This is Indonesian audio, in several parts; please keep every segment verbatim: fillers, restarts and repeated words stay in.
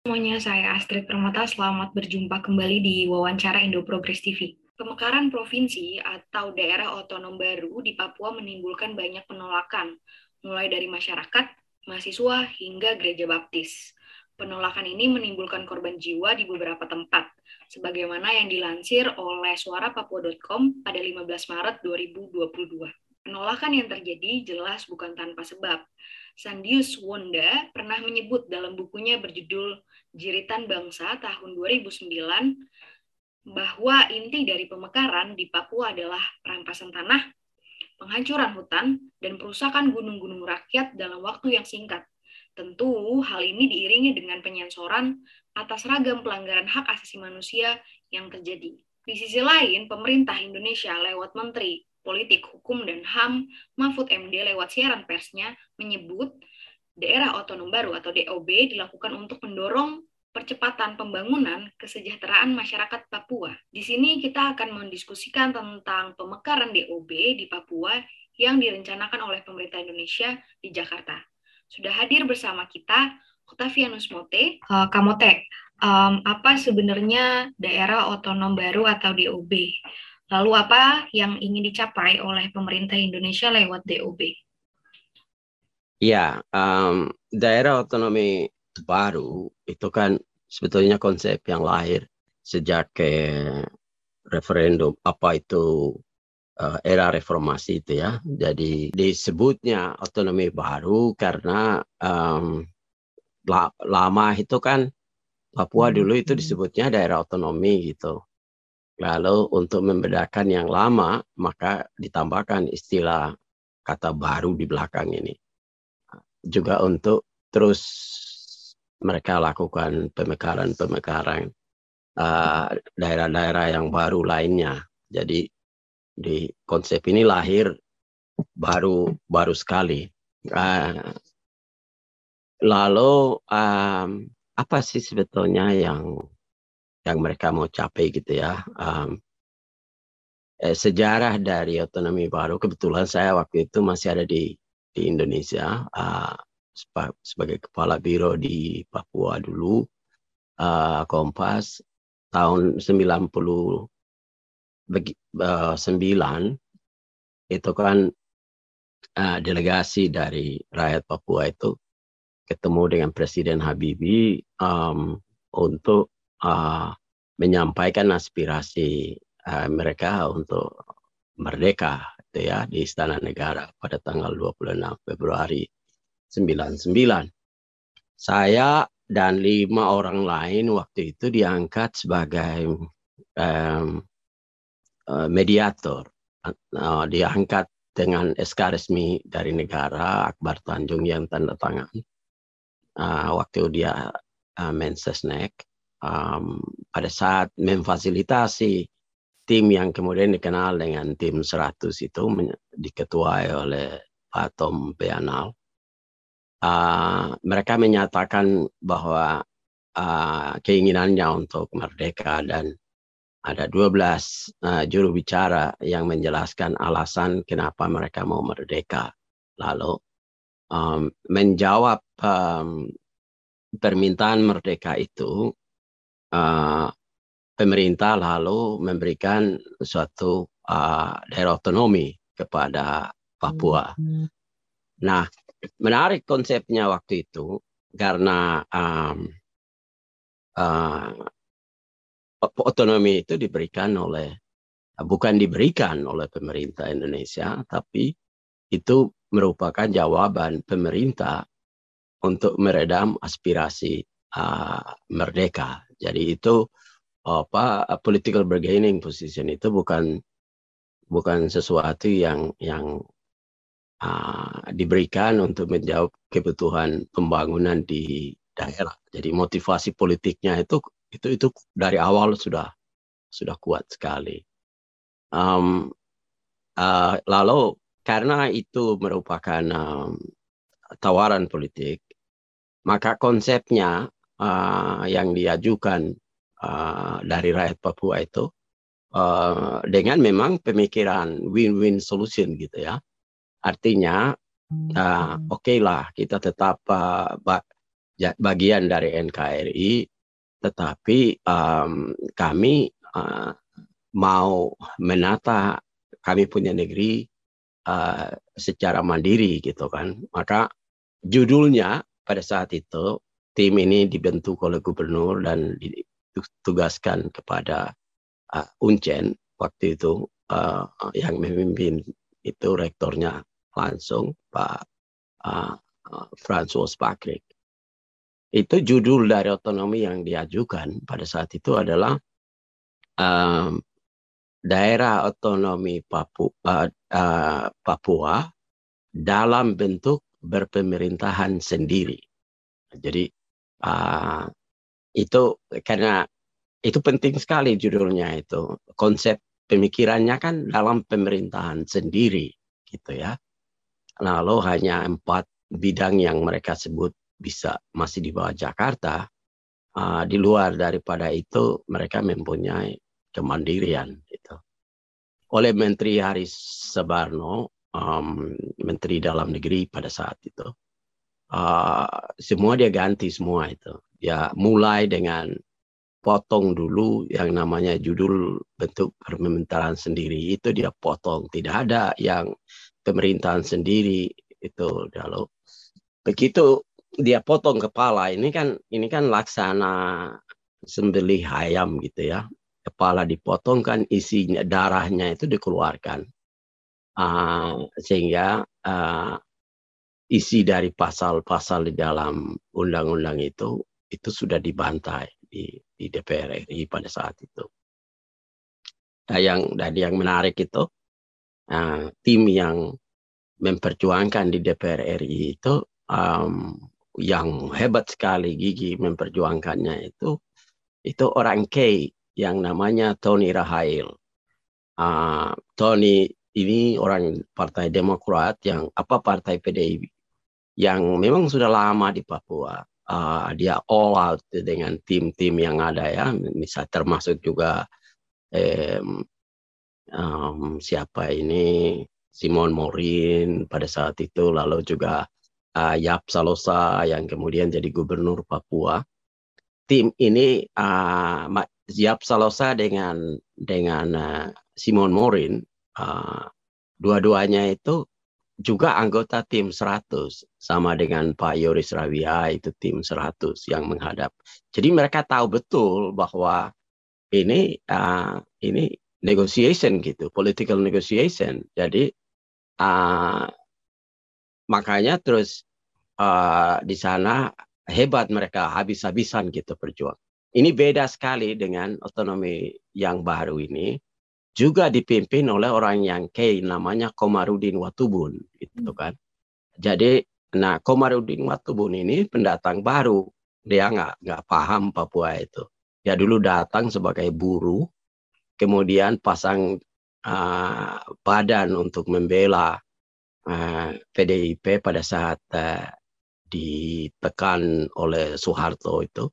Semuanya, saya Astrid Permata. Selamat berjumpa kembali di Wawancara Indo Progress T V. Pemekaran provinsi atau daerah otonom baru di Papua menimbulkan banyak penolakan, mulai dari masyarakat, mahasiswa, hingga gereja baptis. Penolakan ini menimbulkan korban jiwa di beberapa tempat, sebagaimana yang dilansir oleh suara papua dot com pada lima belas Maret dua ribu dua puluh dua. Penolakan yang terjadi jelas bukan tanpa sebab. Sandius Wonda pernah menyebut dalam bukunya berjudul Jeritan Bangsa tahun dua ribu sembilan bahwa inti dari pemekaran di Papua adalah perampasan tanah, penghancuran hutan, dan perusakan gunung-gunung rakyat dalam waktu yang singkat. Tentu hal ini diiringi dengan penyensoran atas ragam pelanggaran hak asasi manusia yang terjadi. Di sisi lain, pemerintah Indonesia lewat Menteri Politik, Hukum, dan H A M, Mahfud M D lewat siaran persnya menyebut daerah otonom baru atau D O B dilakukan untuk mendorong percepatan pembangunan kesejahteraan masyarakat Papua. Di sini kita akan mendiskusikan tentang pemekaran D O B di Papua yang direncanakan oleh pemerintah Indonesia di Jakarta. Sudah hadir bersama kita Octavianus Mote. Uh, Kamote, um, apa sebenarnya daerah otonom baru atau D O B? Lalu apa yang ingin dicapai oleh pemerintah Indonesia lewat D O B? Ya, um, daerah otonomi baru itu kan sebetulnya konsep yang lahir sejak eh, referendum apa itu uh, era reformasi itu ya. Jadi disebutnya otonomi baru karena um, la lama itu kan Papua dulu itu disebutnya daerah otonomi gitu. Lalu untuk membedakan yang lama maka ditambahkan istilah kata baru di belakang ini. Juga untuk terus mereka lakukan pemekaran-pemekaran uh, daerah-daerah yang baru lainnya. Jadi di konsep ini lahir baru baru sekali. Uh, lalu um, apa sih sebetulnya yang yang mereka mau capai gitu ya? Um, eh, sejarah dari otonomi baru, kebetulan saya waktu itu masih ada di di Indonesia. Uh, sebagai kepala biro di Papua dulu, uh, Kompas tahun sembilan puluh sembilan itu kan uh, delegasi dari rakyat Papua itu ketemu dengan Presiden Habibie um, untuk uh, menyampaikan aspirasi uh, mereka untuk merdeka itu ya di Istana Negara pada tanggal dua puluh enam Februari sembilan puluh sembilan. Saya dan lima orang lain waktu itu diangkat sebagai um, uh, mediator. Uh, diangkat dengan S K resmi dari negara, Akbar Tanjung yang tanda tangan. Uh, waktu dia uh, Mensesnek, um, pada saat memfasilitasi tim yang kemudian dikenal dengan tim seratus itu diketuai oleh Pak Tom Peanal. Uh, mereka menyatakan bahwa uh, keinginannya untuk merdeka dan ada dua belas uh, juru bicara yang menjelaskan alasan kenapa mereka mau merdeka. Lalu um, menjawab um, permintaan merdeka itu, uh, pemerintah lalu memberikan suatu uh, daerah otonomi kepada Papua. Hmm. Nah, menarik konsepnya waktu itu karena um, uh, otonomi itu diberikan oleh, bukan diberikan oleh pemerintah Indonesia, tapi itu merupakan jawaban pemerintah untuk meredam aspirasi uh, merdeka. Jadi itu apa political bargaining position itu bukan bukan sesuatu yang yang uh, diberikan untuk menjawab kebutuhan pembangunan di daerah. Jadi motivasi politiknya itu itu itu dari awal sudah sudah kuat sekali. Um, uh, lalu karena itu merupakan um, tawaran politik, maka konsepnya uh, yang diajukan uh, dari rakyat Papua itu uh, dengan memang pemikiran win-win solution gitu ya. Artinya uh, oke okay lah kita tetap uh, bagian dari N K R I, tetapi um, kami uh, mau menata kami punya negeri uh, secara mandiri gitu kan. Maka judulnya pada saat itu tim ini dibentuk oleh gubernur dan ditugaskan kepada uh, Uncen waktu itu, uh, yang memimpin itu rektornya langsung Pak uh, uh, Francois Pakrik. Itu judul dari otonomi yang diajukan pada saat itu adalah um, daerah otonomi Papua, uh, uh, Papua dalam bentuk berpemerintahan sendiri. Jadi uh, itu karena itu penting sekali judulnya itu. Konsep pemikirannya kan dalam pemerintahan sendiri gitu ya. Lalu hanya empat bidang yang mereka sebut bisa masih di bawah Jakarta. Uh, di luar daripada itu mereka mempunyai kemandirian gitu. Oleh Menteri Haris Sabarno, um, Menteri Dalam Negeri pada saat itu, uh, semua dia ganti semua itu. Ya mulai dengan potong dulu yang namanya judul bentuk pemerintahan sendiri itu dia potong, tidak ada yang pemerintahan sendiri itu. Lalu begitu dia potong kepala, ini kan ini kan laksana sembelih ayam gitu ya. Kepala dipotong kan isinya darahnya itu dikeluarkan, uh, sehingga uh, isi dari pasal-pasal di dalam undang-undang itu itu sudah dibantai di, di D P R R I pada saat itu. Nah, yang dan yang menarik itu uh, tim yang memperjuangkan di D P R R I itu um, yang hebat sekali gigi memperjuangkannya itu itu orang K yang namanya Tony Rahail. Uh, Tony ini orang Partai Demokrat yang apa Partai P D I yang memang sudah lama di Papua. Uh, dia all out dengan tim-tim yang ada ya, misal termasuk juga eh, um, siapa ini Simon Morin pada saat itu, lalu juga uh, Yap Salosa yang kemudian jadi gubernur Papua. Tim ini uh, Yap Salosa dengan dengan uh, Simon Morin, uh, dua-duanya itu juga anggota tim seratus, sama dengan Pak Yoris Rawia itu tim seratus yang menghadap. Jadi mereka tahu betul bahwa ini uh, ini negotiation gitu, political negotiation. Jadi uh, makanya terus uh, di sana hebat mereka habis-habisan gitu berjuang. Ini beda sekali dengan otonomi yang baru ini, juga dipimpin oleh orang yang key namanya Komarudin Watubun gitu kan. Jadi nah Komarudin Watubun ini pendatang baru, dia nggak nggak paham Papua itu. Dia dulu datang sebagai buruh, kemudian pasang uh, badan untuk membela uh, P D I P pada saat uh, ditekan oleh Soeharto itu.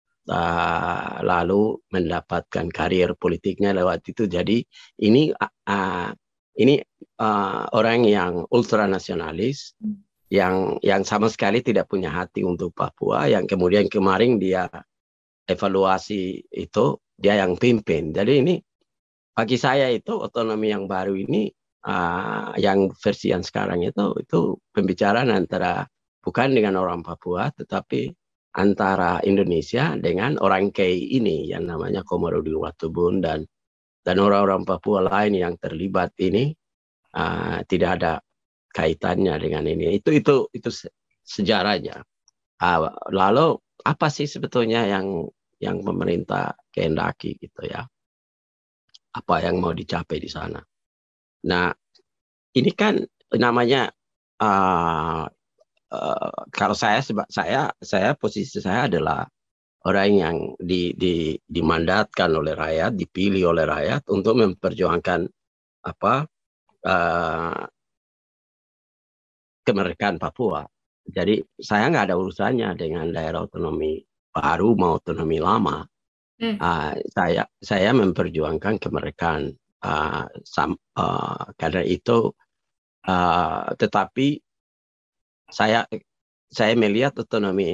Uh, lalu mendapatkan karir politiknya lewat itu. Jadi ini uh, ini uh, orang yang ultranasionalis, yang yang sama sekali tidak punya hati untuk Papua, yang kemudian kemarin dia evaluasi itu dia yang pimpin. Jadi ini bagi saya itu otonomi yang baru ini, uh, yang versi yang sekarang itu itu pembicaraan antara bukan dengan orang Papua, tetapi antara Indonesia dengan orang Kei ini yang namanya Komarudin Watubun dan dan orang-orang Papua lain yang terlibat ini, uh, tidak ada kaitannya dengan ini. Itu itu itu sejarahnya. Uh, lalu apa sih sebetulnya yang yang pemerintah kehendaki gitu ya? Apa yang mau dicapai di sana? Nah, ini kan namanya uh, uh, kalau saya saya saya posisi saya adalah orang yang di, di, dimandatkan oleh rakyat, dipilih oleh rakyat untuk memperjuangkan apa uh, kemerdekaan Papua. Jadi saya nggak ada urusannya dengan daerah otonomi baru mau otonomi lama. Hmm. Uh, saya saya memperjuangkan kemerdekaan. Uh, sam, uh, karena itu, uh, tetapi saya saya melihat otonomi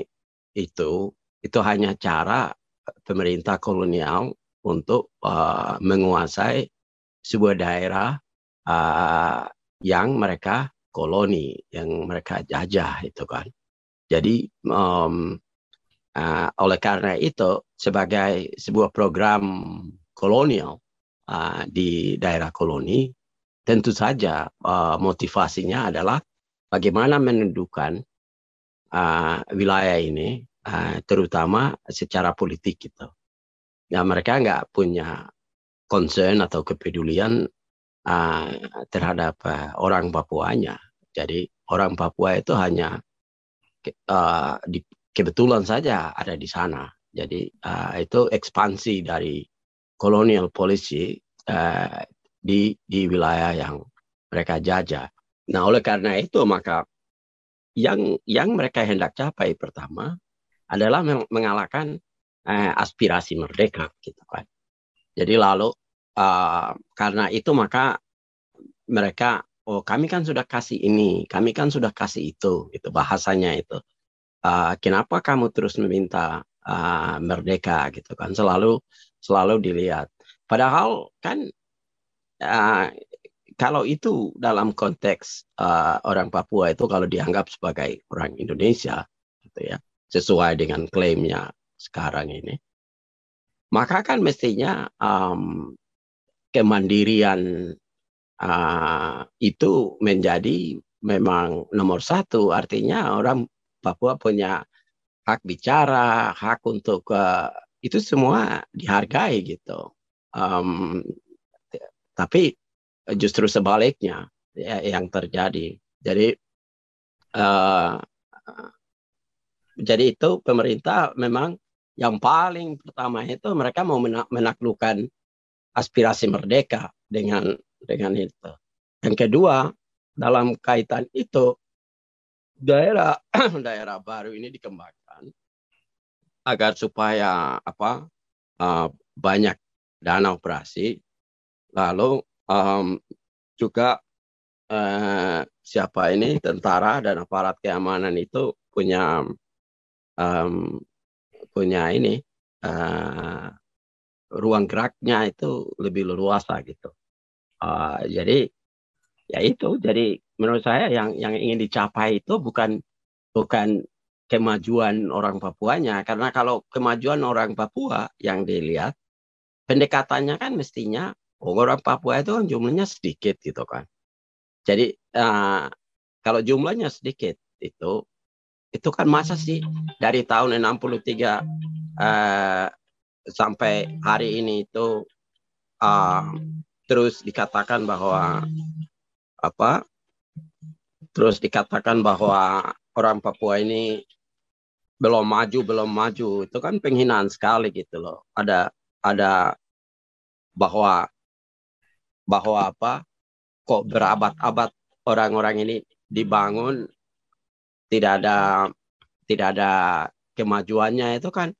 itu itu hanya cara pemerintah kolonial untuk uh, menguasai sebuah daerah uh, yang mereka koloni, yang mereka jajah itu kan. Jadi um, uh, oleh karena itu sebagai sebuah program kolonial uh, di daerah koloni, tentu saja uh, motivasinya adalah bagaimana menentukan uh, wilayah ini, uh, terutama secara politik gitu. Ya mereka nggak punya concern atau kepedulian uh, terhadap uh, orang Papuanya. Jadi orang Papua itu hanya uh, di, kebetulan saja ada di sana. Jadi uh, itu ekspansi dari colonial policy uh, di di wilayah yang mereka jajah. Nah oleh karena itu maka yang yang mereka hendak capai pertama adalah mengalahkan uh, aspirasi merdeka gitu kan. Jadi lalu uh, karena itu maka mereka, oh kami kan sudah kasih ini, kami kan sudah kasih itu, itu bahasanya itu. Uh, kenapa kamu terus meminta uh, merdeka gitu kan? Selalu selalu dilihat. Padahal kan uh, kalau itu dalam konteks uh, orang Papua itu kalau dianggap sebagai orang Indonesia, gitu ya, sesuai dengan klaimnya sekarang ini, maka kan mestinya um, kemandirian uh, itu menjadi memang nomor satu. Artinya orang Papua punya hak bicara, hak untuk uh, itu semua dihargai gitu. Um, tapi justru sebaliknya ya, yang terjadi. Jadi uh, jadi itu pemerintah memang yang paling pertama itu mereka mau menaklukkan aspirasi merdeka dengan dengan itu. Yang kedua, dalam kaitan itu daerah daerah baru ini dikembangkan agar supaya apa uh, banyak dana operasi, lalu um, juga uh, siapa ini tentara dan aparat keamanan itu punya um, punya ini uh, ruang geraknya itu lebih leluasa gitu. Uh, jadi ya itu, jadi menurut saya yang yang ingin dicapai itu bukan bukan kemajuan orang Papuanya, karena kalau kemajuan orang Papua yang dilihat pendekatannya kan mestinya oh, orang Papua itu kan jumlahnya sedikit gitu kan. Jadi uh, kalau jumlahnya sedikit itu itu kan masa sih dari tahun enam puluh tiga uh, sampai hari ini itu uh, terus dikatakan bahwa apa terus dikatakan bahwa orang Papua ini belum maju belum maju, itu kan penghinaan sekali gitu loh. Ada ada bahwa bahwa apa kok berabad-abad orang-orang ini dibangun tidak ada tidak ada kemajuannya, itu kan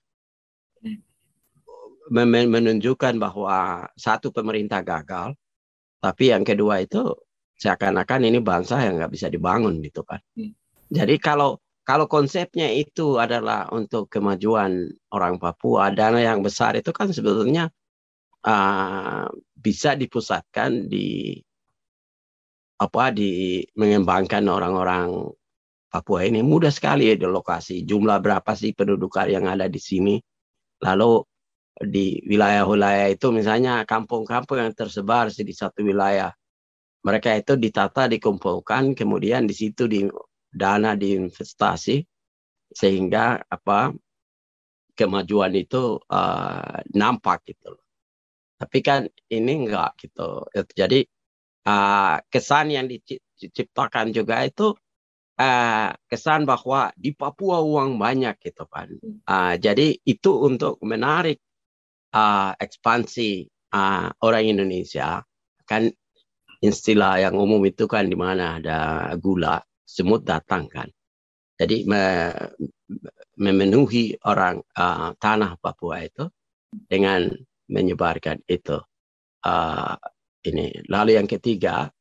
menunjukkan bahwa satu pemerintah gagal, tapi yang kedua itu seakan-akan ini bangsa yang nggak bisa dibangun gitu kan. Jadi kalau kalau konsepnya itu adalah untuk kemajuan orang Papua, dana yang besar itu kan sebetulnya uh, bisa dipusatkan di apa di mengembangkan orang-orang Papua ini. Mudah sekali ya di lokasi. Jumlah berapa sih penduduk yang ada di sini? Lalu di wilayah-wilayah itu misalnya kampung-kampung yang tersebar di satu wilayah, mereka itu ditata, dikumpulkan, kemudian di situ di dana diinvestasi sehingga apa kemajuan itu uh, nampak gitu. Tapi kan ini enggak gitu. Jadi uh, kesan yang diciptakan juga itu uh, kesan bahwa di Papua uang banyak gitu kan. Uh, jadi itu untuk menarik uh, ekspansi uh, orang Indonesia. Kan istilah yang umum itu kan di mana ada gula, semut datang kan. Jadi me, memenuhi orang uh, tanah Papua itu dengan menyebarkan itu. Uh, ini. Lalu yang ketiga,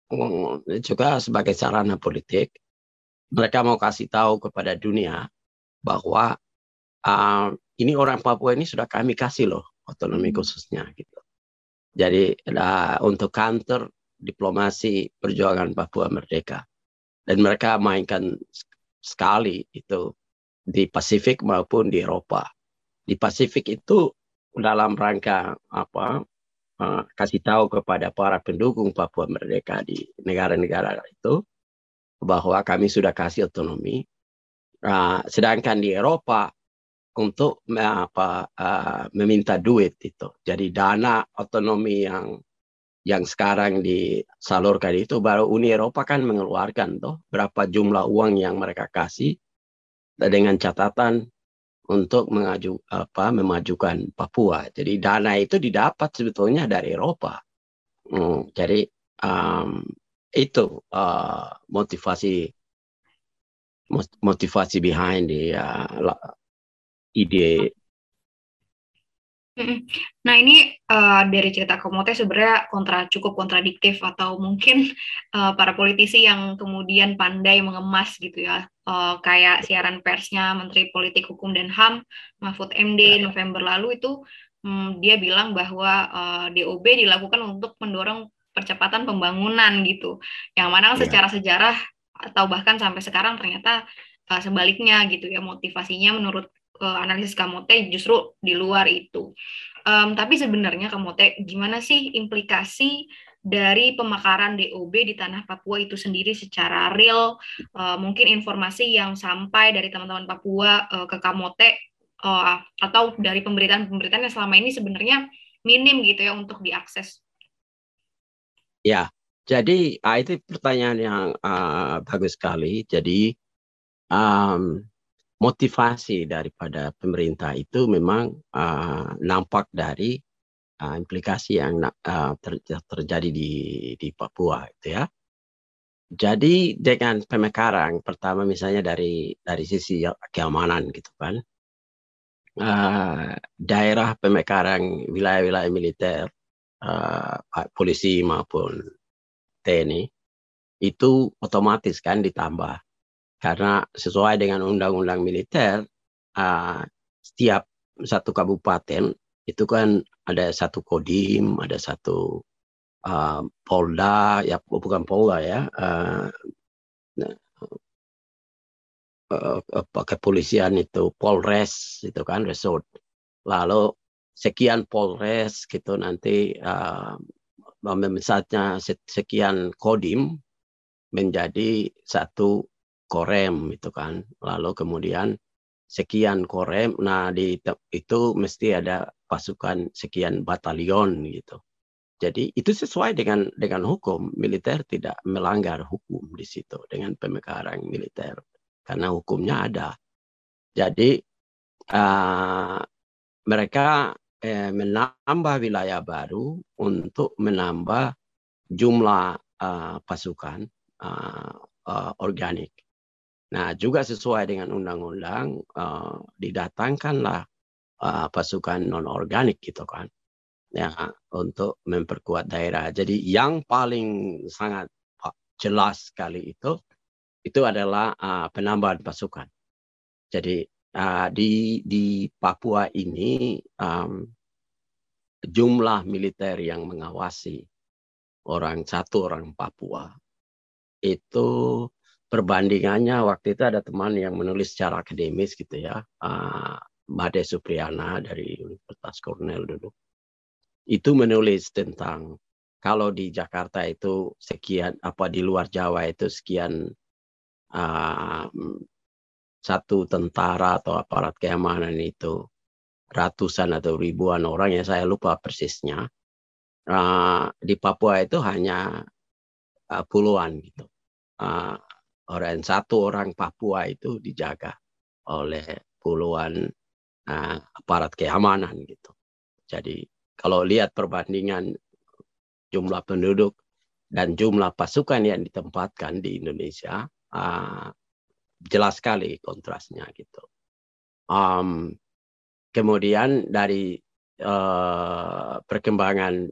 juga sebagai sarana politik, mereka mau kasih tahu kepada dunia bahwa uh, ini orang Papua ini sudah kami kasih loh otonomi khususnya gitu. Jadi uh, untuk kantor diplomasi perjuangan Papua Merdeka, dan mereka mainkan sekali itu di Pasifik maupun di Eropa. Di Pasifik itu dalam rangka apa uh, kasih tahu kepada para pendukung Papua Merdeka di negara-negara itu bahwa kami sudah kasih otonomi. Uh, sedangkan di Eropa untuk apa uh, meminta duit itu. Jadi dana otonomi yang yang sekarang disalurkan itu baru Uni Eropa kan mengeluarkan tuh berapa jumlah uang yang mereka kasih dengan catatan untuk mengaju apa memajukan Papua. Jadi dana itu didapat sebetulnya dari Eropa. Hmm, jadi um, itu uh, motivasi motivasi behind the uh, ide. Nah ini uh, dari cerita Komote sebenarnya kontra cukup kontradiktif, atau mungkin uh, para politisi yang kemudian pandai mengemas gitu ya, uh, kayak siaran persnya Menteri Politik Hukum dan H A M Mahfud M D November lalu itu um, dia bilang bahwa uh, D O B dilakukan untuk mendorong percepatan pembangunan gitu, yang mana yeah. secara sejarah atau bahkan sampai sekarang ternyata uh, sebaliknya gitu ya, motivasinya menurut analisis Kamote justru di luar itu. Um, tapi sebenarnya Kamote, gimana sih implikasi dari pemekaran D O B di tanah Papua itu sendiri secara real? Uh, mungkin informasi yang sampai dari teman-teman Papua uh, ke Kamote uh, atau dari pemberitaan-pemberitaan yang selama ini sebenarnya minim gitu ya untuk diakses. Ya, jadi uh, itu pertanyaan yang uh, bagus sekali. Jadi um, motivasi daripada pemerintah itu memang uh, nampak dari uh, implikasi yang uh, ter, terjadi di di Papua itu ya. Jadi dengan pemekaran pertama misalnya dari dari sisi keamanan gitu kan, uh, daerah pemekaran wilayah-wilayah militer, uh, polisi maupun T N I itu otomatis kan ditambah. Karena sesuai dengan undang-undang militer, uh, setiap satu kabupaten itu kan ada satu kodim, ada satu uh, polda, ya bukan polda ya, uh, uh, kepolisian itu polres itu kan resort. Lalu sekian polres gitu nanti uh, misalnya sekian kodim menjadi satu korem itu kan, lalu kemudian sekian korem, nah di itu mesti ada pasukan sekian batalion gitu. Jadi itu sesuai dengan dengan hukum. Militer tidak melanggar hukum di situ dengan pemekaran militer karena hukumnya ada. Jadi uh, mereka eh, menambah wilayah baru untuk menambah jumlah uh, pasukan uh, uh, organik. Nah, juga sesuai dengan undang-undang uh, didatangkanlah uh, pasukan non-organik gitu kan, ya untuk memperkuat daerah. Jadi yang paling sangat jelas sekali itu itu adalah uh, penambahan pasukan. Jadi uh, di di Papua ini um, jumlah militer yang mengawasi orang satu orang Papua itu perbandingannya waktu itu ada teman yang menulis secara akademis gitu ya, uh, Made Supriyana dari Universitas Cornell dulu. Itu menulis tentang kalau di Jakarta itu sekian, apa di luar Jawa itu sekian uh, satu tentara atau aparat keamanan itu ratusan atau ribuan orang, ya saya lupa persisnya. Uh, di Papua itu hanya uh, puluhan gitu. Uh, orang satu orang Papua itu dijaga oleh puluhan uh, aparat keamanan gitu. Jadi kalau lihat perbandingan jumlah penduduk dan jumlah pasukan yang ditempatkan di Indonesia, uh, jelas sekali kontrasnya gitu. Um, kemudian dari uh, perkembangan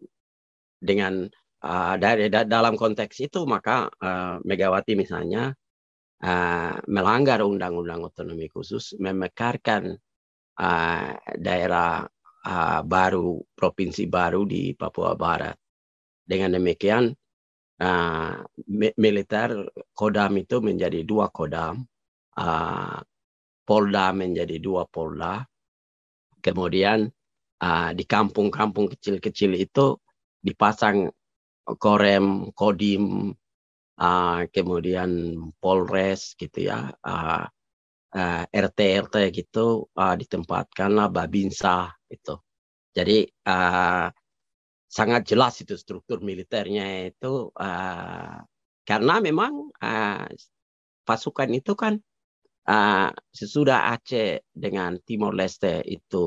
dengan uh, dari da, dalam konteks itu maka uh, Megawati misalnya uh, melanggar undang-undang otonomi khusus, memekarkan uh, daerah uh, baru, provinsi baru di Papua Barat. Dengan demikian, uh, militer Kodam itu menjadi dua Kodam, uh, Polda menjadi dua Polda. Kemudian uh, di kampung-kampung kecil-kecil itu dipasang Korem, Kodim, uh, kemudian Polres gitu ya, uh, uh, R T R T gitu, uh, ditempatkanlah Babinsa itu. Jadi uh, sangat jelas itu struktur militernya itu, uh, karena memang uh, pasukan itu kan uh, sesudah Aceh dengan Timor Leste itu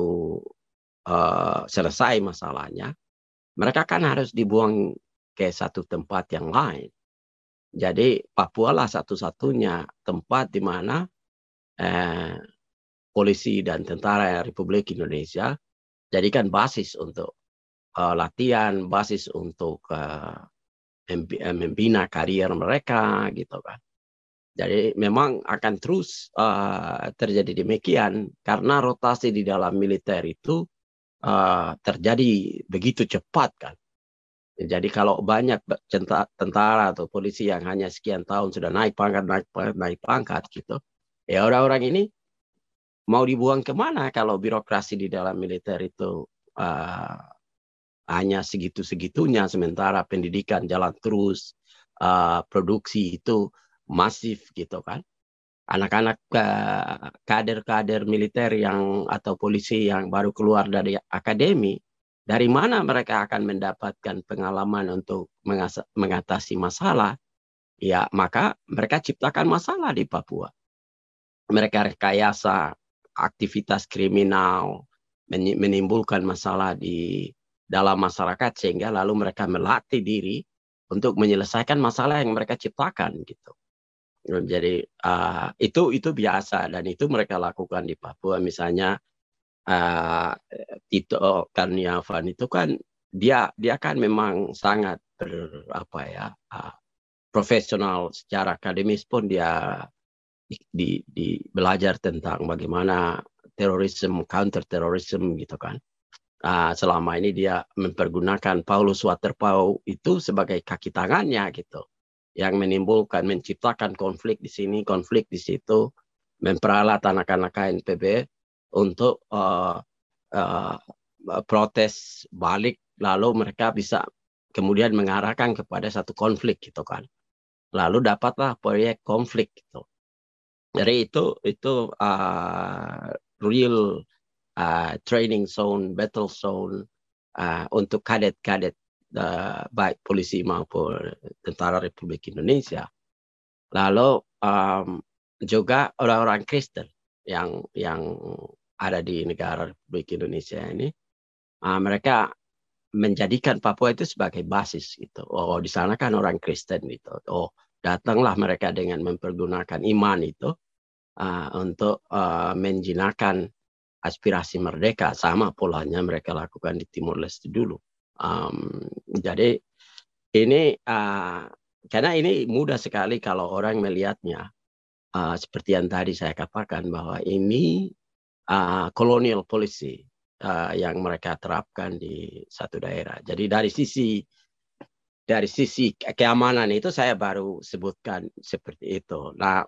uh, selesai masalahnya, mereka kan harus dibuang ke satu tempat yang lain. Jadi Papua lah satu-satunya tempat di mana eh, polisi dan tentara Republik Indonesia jadikan basis untuk uh, latihan, basis untuk uh, membina karier mereka gitu kan. Jadi memang akan terus uh, terjadi demikian karena rotasi di dalam militer itu uh, terjadi begitu cepat kan. Jadi kalau banyak tentara atau polisi yang hanya sekian tahun sudah naik pangkat, naik pangkat, naik pangkat gitu, ya orang-orang ini mau dibuang kemana kalau birokrasi di dalam militer itu uh, hanya segitu-segitunya, sementara pendidikan jalan terus, uh, produksi itu masif gitu kan. Anak-anak uh, kader-kader militer yang atau polisi yang baru keluar dari akademi, dari mana mereka akan mendapatkan pengalaman untuk mengatasi masalah? Ya, maka mereka ciptakan masalah di Papua. Mereka rekayasa aktivitas kriminal, menimbulkan masalah di dalam masyarakat sehingga lalu mereka melatih diri untuk menyelesaikan masalah yang mereka ciptakan gitu. Jadi uh, itu itu biasa dan itu mereka lakukan di Papua. Misalnya uh, Tito Karniawan itu kan dia dia kan memang sangat ber, apa ya uh, profesional secara akademis pun dia di, di, di belajar tentang bagaimana terorisme, counter terorisme gitu kan. Uh, selama ini dia mempergunakan Paulus Waterpauw itu sebagai kaki tangannya gitu, yang menimbulkan, menciptakan konflik di sini, konflik di situ, memperalat anak-anak K N P B untuk uh, uh, protes balik, lalu mereka bisa kemudian mengarahkan kepada satu konflik gitu kan. Lalu dapatlah proyek konflik gitu. Jadi itu itu uh, real uh, training zone, battle zone uh, untuk kadet-kadet uh, baik polisi maupun tentara Republik Indonesia. Lalu um, juga orang-orang Kristen yang yang ada di negara Republik Indonesia ini, uh, mereka menjadikan Papua itu sebagai basis gitu. Oh, di sana kan orang Kristen gitu. Oh, datanglah mereka dengan mempergunakan iman itu uh, untuk uh, menjinakkan aspirasi merdeka, sama polanya mereka lakukan di Timor Leste dulu. Um, jadi ini uh, karena ini mudah sekali kalau orang melihatnya uh, seperti yang tadi saya katakan bahwa ini uh, colonial policy uh, yang mereka terapkan di satu daerah. Jadi dari sisi dari sisi keamanan itu saya baru sebutkan seperti itu. Nah,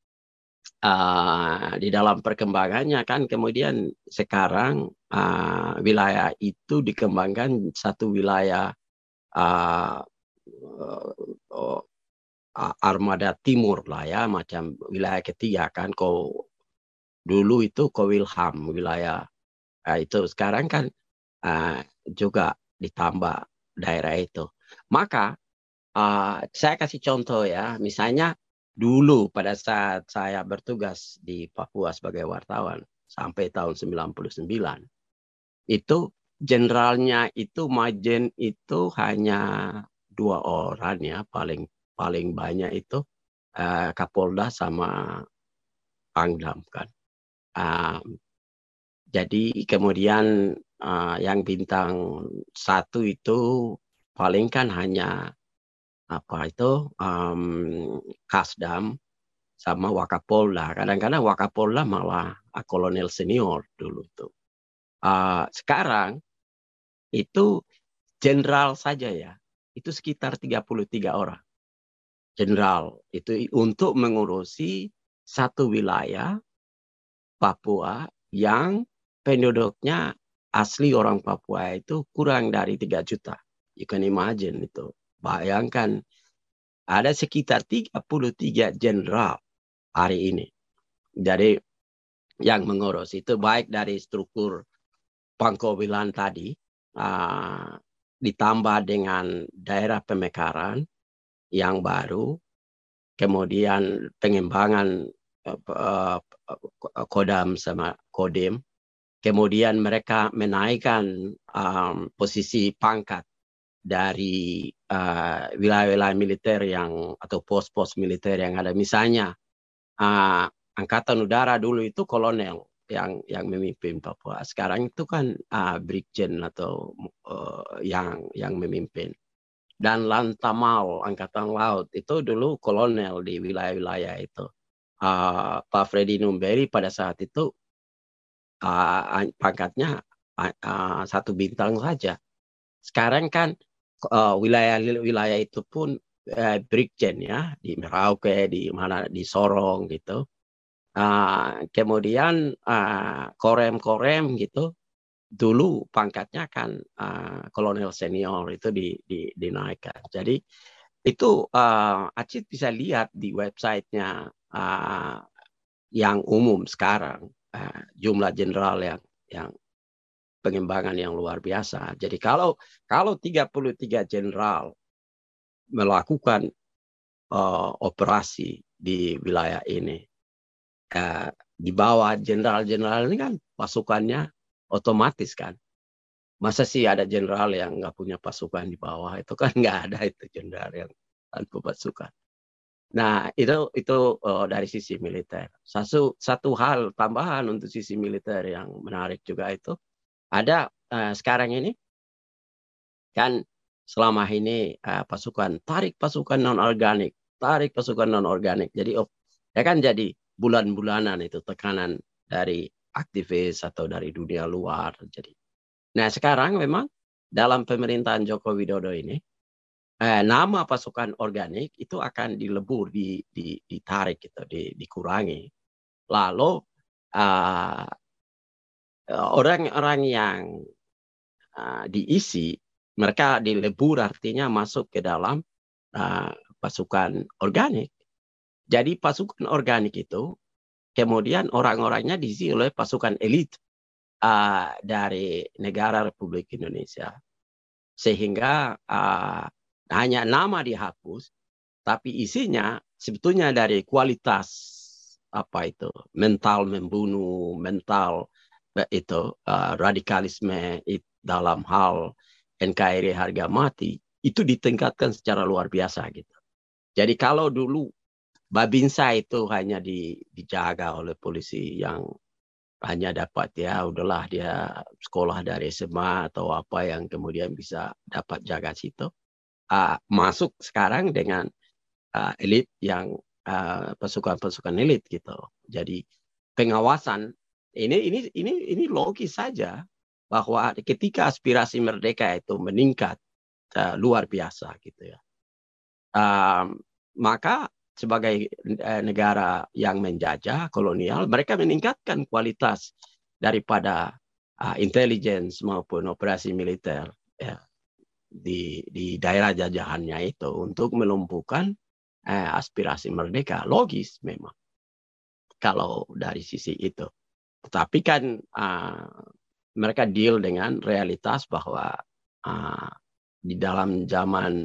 uh, di dalam perkembangannya kan kemudian sekarang uh, wilayah itu dikembangkan satu wilayah uh, uh, Armada Timur lah ya, macam wilayah ketiga kan. Kau dulu itu Kowilham wilayah uh, itu, sekarang kan uh, juga ditambah daerah itu. Maka uh, saya kasih contoh ya, misalnya dulu pada saat saya bertugas di Papua sebagai wartawan sampai tahun sembilan puluh sembilan, itu jenderalnya itu majen itu hanya dua orang ya, paling paling banyak itu uh, Kapolda sama Pangdam kan. Uh, jadi kemudian uh, yang bintang satu itu paling kan hanya apa itu um, Kasdam sama Wakapolda. Kadang-kadang Wakapolda malah uh, kolonel senior dulu tuh. Uh, sekarang itu jenderal saja ya, itu sekitar tiga puluh tiga orang. Jenderal itu untuk mengurusi satu wilayah Papua yang penduduknya asli orang Papua itu kurang dari tiga juta. You can imagine itu. Bayangkan ada sekitar tiga puluh tiga jenderal hari ini. Jadi yang mengurus itu baik dari struktur Pangkowilan tadi, uh, ditambah dengan daerah pemekaran yang baru, kemudian pengembangan uh, uh, Kodam sama Kodim, kemudian mereka menaikkan um, posisi pangkat dari uh, wilayah-wilayah militer yang atau pos-pos militer yang ada. Misalnya uh, Angkatan Udara dulu itu kolonel yang yang memimpin Papua. Sekarang itu kan uh, Brigjen atau uh, yang yang memimpin. Dan Lantamal Angkatan Laut itu dulu kolonel di wilayah-wilayah itu. Uh, Pak Freddy Numberi pada saat itu uh, pangkatnya uh, uh, satu bintang saja. Sekarang kan wilayah-wilayah uh, itu pun uh, Brigjen ya, di Merauke, di mana di Sorong gitu. Uh, kemudian uh, korem-korem gitu, dulu pangkatnya kan uh, kolonel senior itu di, di, dinaikkan. Jadi itu uh, Acit bisa lihat di websitenya uh, yang umum sekarang, uh, jumlah jenderal yang yang pengembangan yang luar biasa. Jadi kalau kalau tiga puluh tiga jenderal melakukan uh, operasi di wilayah ini, uh, di bawah jenderal-jenderal ini kan pasukannya otomatis kan. Masa sih ada jenderal yang nggak punya pasukan di bawah? Itu kan nggak ada itu jenderal yang tanpa pasukan. Nah itu itu uh, dari sisi militer. Satu satu hal tambahan untuk sisi militer yang menarik juga itu ada uh, sekarang ini kan selama ini uh, pasukan tarik pasukan non organik, tarik pasukan non organik. Jadi oh, ya kan jadi bulan-bulanan itu tekanan dari aktivis atau dari dunia luar. Jadi nah sekarang memang dalam pemerintahan Joko Widodo ini eh, nama pasukan organik itu akan dilebur, di, di, ditarik gitu, di, dikurangi. Lalu uh, orang-orang yang uh, diisi mereka dilebur artinya masuk ke dalam uh, pasukan organik. Jadi pasukan organik itu kemudian orang-orangnya diisi oleh pasukan elit uh, dari negara Republik Indonesia. Sehingga uh, hanya nama dihapus, tapi isinya sebetulnya dari kualitas apa itu mental membunuh, mental itu uh, radikalisme it, dalam hal N K R I harga mati itu ditingkatkan secara luar biasa gitu. Jadi kalau dulu Babinsa itu hanya di, dijaga oleh polisi yang hanya dapat ya udahlah dia sekolah dari S M A atau apa yang kemudian bisa dapat jaga situ, uh, masuk sekarang dengan uh, elit yang uh, pasukan-pasukan elit gitu. Jadi pengawasan ini ini ini ini logis saja bahwa ketika aspirasi merdeka itu meningkat uh, luar biasa gitu ya, uh, maka sebagai uh, negara yang menjajah kolonial, mereka meningkatkan kualitas daripada uh, intelligence maupun operasi militer ya, di di daerah jajahannya itu untuk melumpuhkan eh, aspirasi merdeka. Logis memang kalau dari sisi itu. Tetapi kan uh, mereka deal dengan realitas bahwa uh, di dalam zaman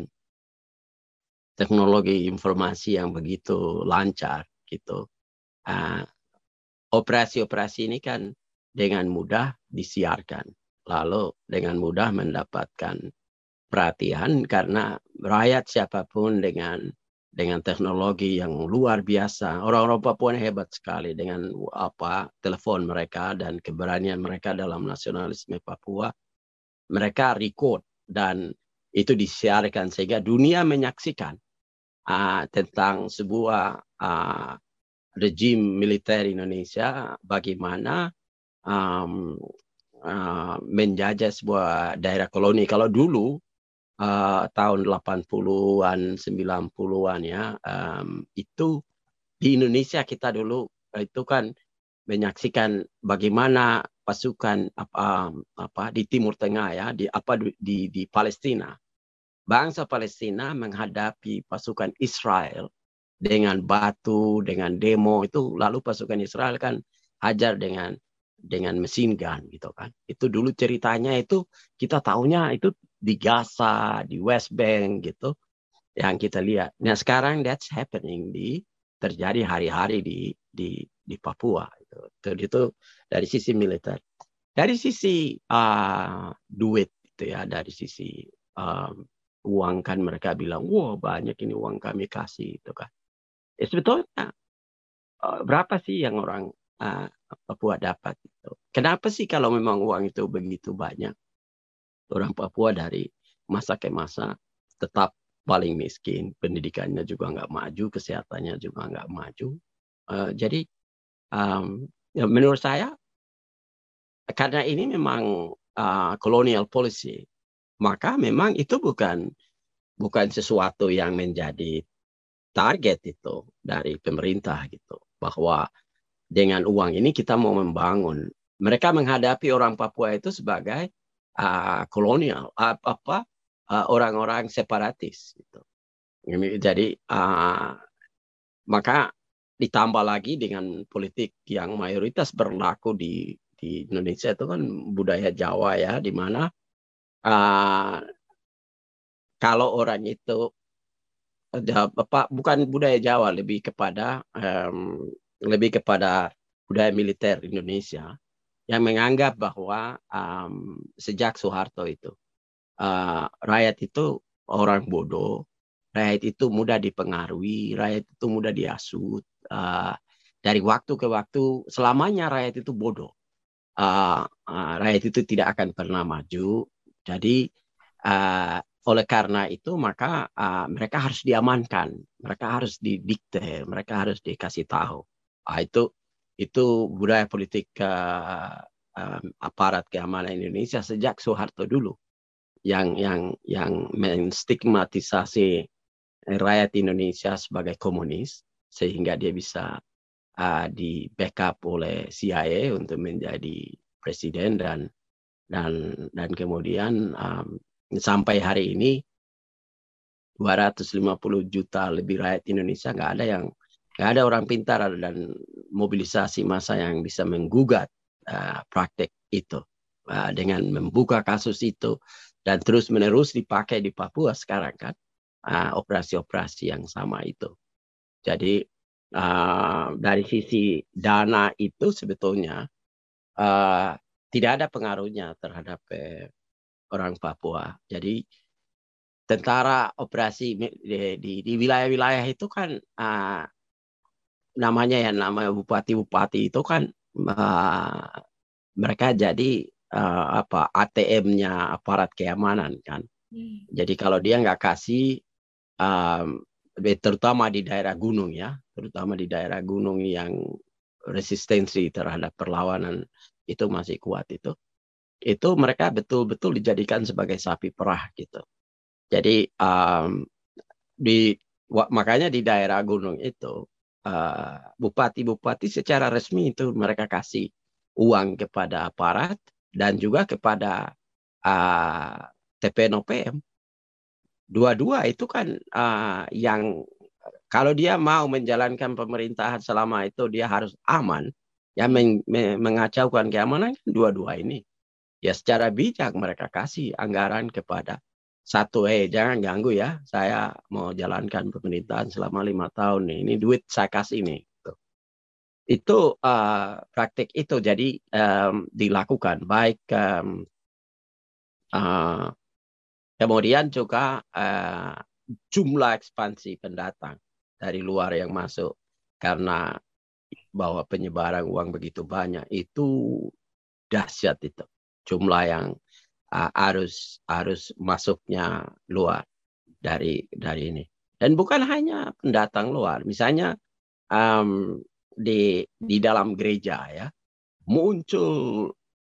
teknologi informasi yang begitu lancar gitu, uh, operasi-operasi ini kan dengan mudah disiarkan, lalu dengan mudah mendapatkan perhatian karena rakyat siapapun dengan dengan teknologi yang luar biasa. Orang-orang Papua ini hebat sekali dengan apa telepon mereka dan keberanian mereka dalam nasionalisme Papua. Mereka record dan itu disiarkan sehingga dunia menyaksikan uh, tentang sebuah uh, rejim militer Indonesia bagaimana um, uh, menjajah sebuah daerah koloni. Kalau dulu uh, tahun delapan puluhan, sembilan puluhan ya, um, itu di Indonesia kita dulu itu kan menyaksikan bagaimana pasukan apa, apa di Timur Tengah ya, di apa di di Palestina. Bangsa Palestina menghadapi pasukan Israel dengan batu, dengan demo itu, lalu pasukan Israel kan hajar dengan dengan mesin gun gitu kan. Itu dulu ceritanya itu kita tahunya itu di Gaza, di West Bank gitu yang kita lihat. Nah sekarang that's happening di terjadi hari-hari di di di Papua itu. Itu, itu dari sisi militer. Dari sisi uh, duit itu ya, dari sisi um, uang kan mereka bilang, wah banyak ini uang kami kasih itu kan. Ya sebetulnya uh, berapa sih yang orang uh, Papua dapat itu? Kenapa sih kalau memang uang itu begitu banyak, orang Papua dari masa ke masa tetap paling miskin, pendidikannya juga nggak maju, kesehatannya juga nggak maju. Uh, jadi um, ya menurut saya karena ini memang uh, colonial policy, maka memang itu bukan bukan sesuatu yang menjadi target itu dari pemerintah gitu, bahwa dengan uang ini kita mau membangun. Mereka menghadapi orang Papua itu sebagai uh, kolonial, uh, apa uh, orang-orang separatis gitu. Jadi uh, maka ditambah lagi dengan politik yang mayoritas berlaku di di Indonesia itu kan budaya Jawa ya, di mana uh, kalau orang itu ada apa bukan budaya Jawa, lebih kepada um, lebih kepada budaya militer Indonesia yang menganggap bahwa um, sejak Soeharto itu uh, rakyat itu orang bodoh, rakyat itu mudah dipengaruhi, rakyat itu mudah diasut, uh, dari waktu ke waktu selamanya rakyat itu bodoh, uh, uh, rakyat itu tidak akan pernah maju. Jadi uh, oleh karena itu maka uh, mereka harus diamankan, mereka harus didikte, mereka harus dikasih tahu. Uh, itu itu budaya politik uh, uh, aparat keamanan Indonesia sejak Soeharto dulu yang yang yang menstigmatisasi rakyat Indonesia sebagai komunis sehingga dia bisa uh, di backup oleh C I A untuk menjadi presiden dan dan dan kemudian um, sampai hari ini dua ratus lima puluh juta lebih rakyat Indonesia nggak ada yang nggak ada orang pintar dan mobilisasi massa yang bisa menggugat uh, praktek itu uh, dengan membuka kasus itu dan terus menerus dipakai di Papua sekarang kan uh, operasi-operasi yang sama itu. Jadi uh, dari sisi dana itu sebetulnya uh, tidak ada pengaruhnya terhadap eh, orang Papua. Jadi tentara operasi di, di, di wilayah-wilayah itu kan uh, namanya ya namanya bupati-bupati itu kan uh, mereka jadi uh, apa A T M-nya aparat keamanan kan. Hmm. Jadi kalau dia nggak kasih um, terutama di daerah gunung ya, terutama di daerah gunung yang resistensi terhadap perlawanan itu masih kuat itu. Itu mereka betul-betul dijadikan sebagai sapi perah gitu. Jadi um, di makanya di daerah gunung itu bupati-bupati uh, secara resmi itu mereka kasih uang kepada aparat dan juga kepada uh, T P N O P M. Dua-dua itu kan uh, yang kalau dia mau menjalankan pemerintahan selama itu dia harus aman, ya men, men, mengacaukan keamanan dua-dua ini. Ya secara bijak mereka kasih anggaran kepada satu, eh jangan ganggu ya, saya mau jalankan pemerintahan selama lima tahun nih, ini duit saya kasih nih. Itu uh, praktik itu jadi um, dilakukan baik um, uh, kemudian juga uh, jumlah ekspansi pendatang dari luar yang masuk karena bahwa penyebaran uang begitu banyak itu dahsyat itu jumlah yang uh, harus harus masuknya luar dari dari ini dan bukan hanya pendatang luar misalnya um, di di dalam gereja ya, muncul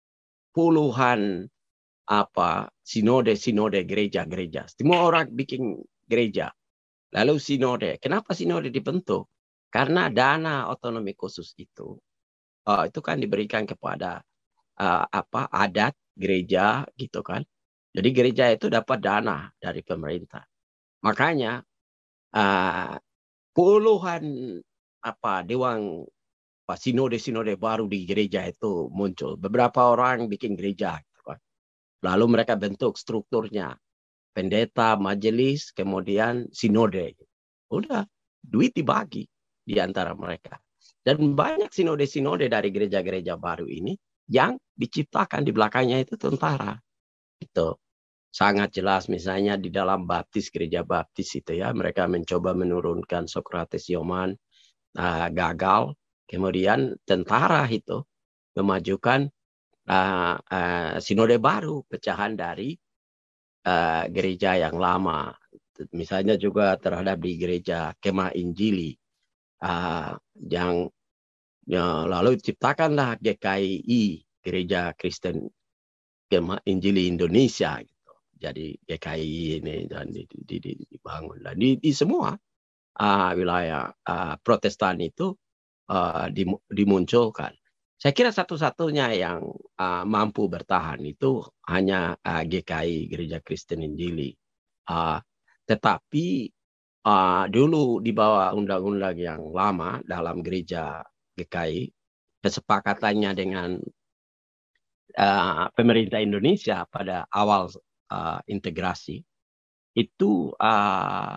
puluhan apa sinode-sinode gereja-gereja. Semua orang bikin gereja. Lalu sinode. Kenapa sinode dibentuk? Karena dana otonomi khusus itu uh, itu kan diberikan kepada uh, apa adat gereja gitu kan. Jadi gereja itu dapat dana dari pemerintah. Makanya uh, puluhan apa dewan sinode-sinode baru di gereja itu muncul. Beberapa orang bikin gereja. Gitu kan. Lalu mereka bentuk strukturnya. Pendeta, majelis, kemudian sinode. Udah, duit dibagi di antara mereka. Dan banyak sinode-sinode dari gereja-gereja baru ini yang diciptakan di belakangnya itu tentara. Itu sangat jelas misalnya di dalam baptis, gereja baptis itu ya. Mereka mencoba menurunkan Socrates Yoman, uh, gagal. Kemudian tentara itu memajukan uh, uh, sinode baru, pecahan dari uh, gereja yang lama. Misalnya juga terhadap di gereja Kemah Injili. Uh, yang ya, lalu ciptakanlah G K I, Gereja Kristen Kemah Injili Indonesia. Gitu. Jadi G K I ini dan dibangun. Dan di, di semua uh, wilayah uh, Protestan itu uh, dimunculkan. Saya kira satu-satunya yang uh, mampu bertahan itu hanya uh, G K I, Gereja Kristen Injili. Uh, tetapi uh, dulu di bawah undang-undang yang lama dalam gereja G K I, kesepakatannya dengan uh, pemerintah Indonesia pada awal uh, integrasi, itu uh,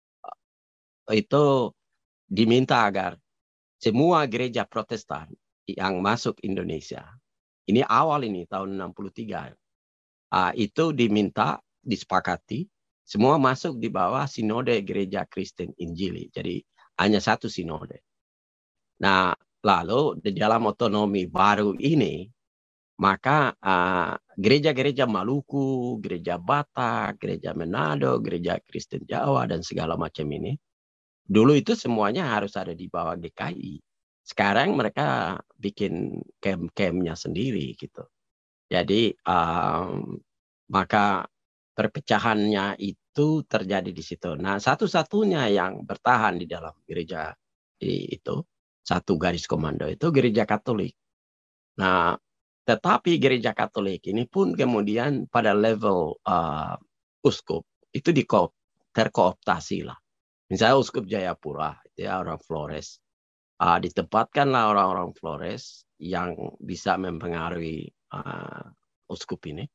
itu diminta agar semua gereja Protestan yang masuk Indonesia, ini awal ini tahun enam puluh tiga, uh, itu diminta, disepakati, semua masuk di bawah sinode gereja Kristen Injili. Jadi hanya satu sinode. Nah, lalu di dalam otonomi baru ini, maka uh, gereja-gereja Maluku, gereja Batak, gereja Manado, gereja Kristen Jawa, dan segala macam ini, dulu itu semuanya harus ada di bawah G K I. Sekarang mereka bikin camp-campnya sendiri gitu. Jadi um, maka perpecahannya itu terjadi di situ. Nah, satu-satunya yang bertahan di dalam gereja itu, satu garis komando itu gereja Katolik. Nah, tetapi gereja Katolik ini pun kemudian pada level uh, uskup itu terkooptasi lah. Misalnya uskup Jayapura, itu ya orang Flores. Uh, ditempatkanlah orang-orang Flores yang bisa mempengaruhi uh, uskup ini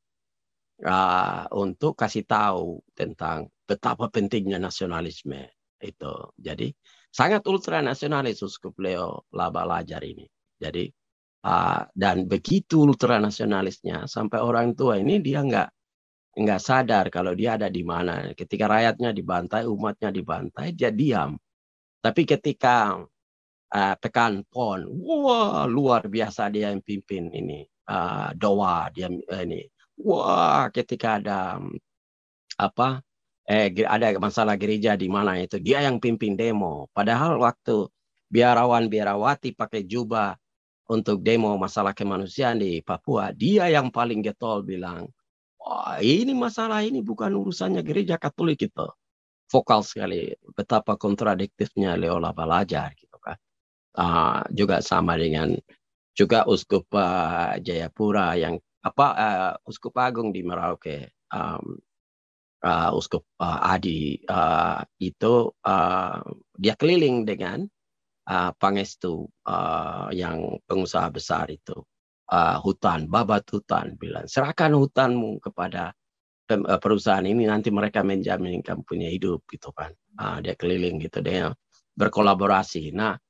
uh, untuk kasih tahu tentang betapa pentingnya nasionalisme itu. Jadi sangat ultranasionalis uskup Leo Labalajar ini. Jadi uh, dan begitu ultranasionalisnya sampai orang tua ini dia nggak nggak sadar kalau dia ada di mana. Ketika rakyatnya dibantai, umatnya dibantai, dia diam. Tapi ketika Uh, tekan pon, wah luar biasa dia yang pimpin ini, uh, doa dia uh, ini, wah ketika ada um, apa, eh ada masalah gereja di mana itu dia yang pimpin demo. Padahal waktu biarawan biarawati pakai jubah untuk demo masalah kemanusiaan di Papua, dia yang paling getol bilang, wah ini masalah ini bukan urusannya gereja Katolik itu. Vokal sekali, betapa kontradiktifnya Leo Labalajar gitu kan. Uh, juga sama dengan juga Uskup uh, Jayapura yang apa uh, Uskup Agung di Merauke, um, uh, Uskup uh, Adi uh, itu uh, dia keliling dengan uh, pangestu uh, yang pengusaha besar itu, uh, hutan, babat hutan, bilang serahkan hutanmu kepada perusahaan ini, nanti mereka menjamin kamu punya hidup gitu kan. Uh, dia keliling gitu, dia berkolaborasi. Nah,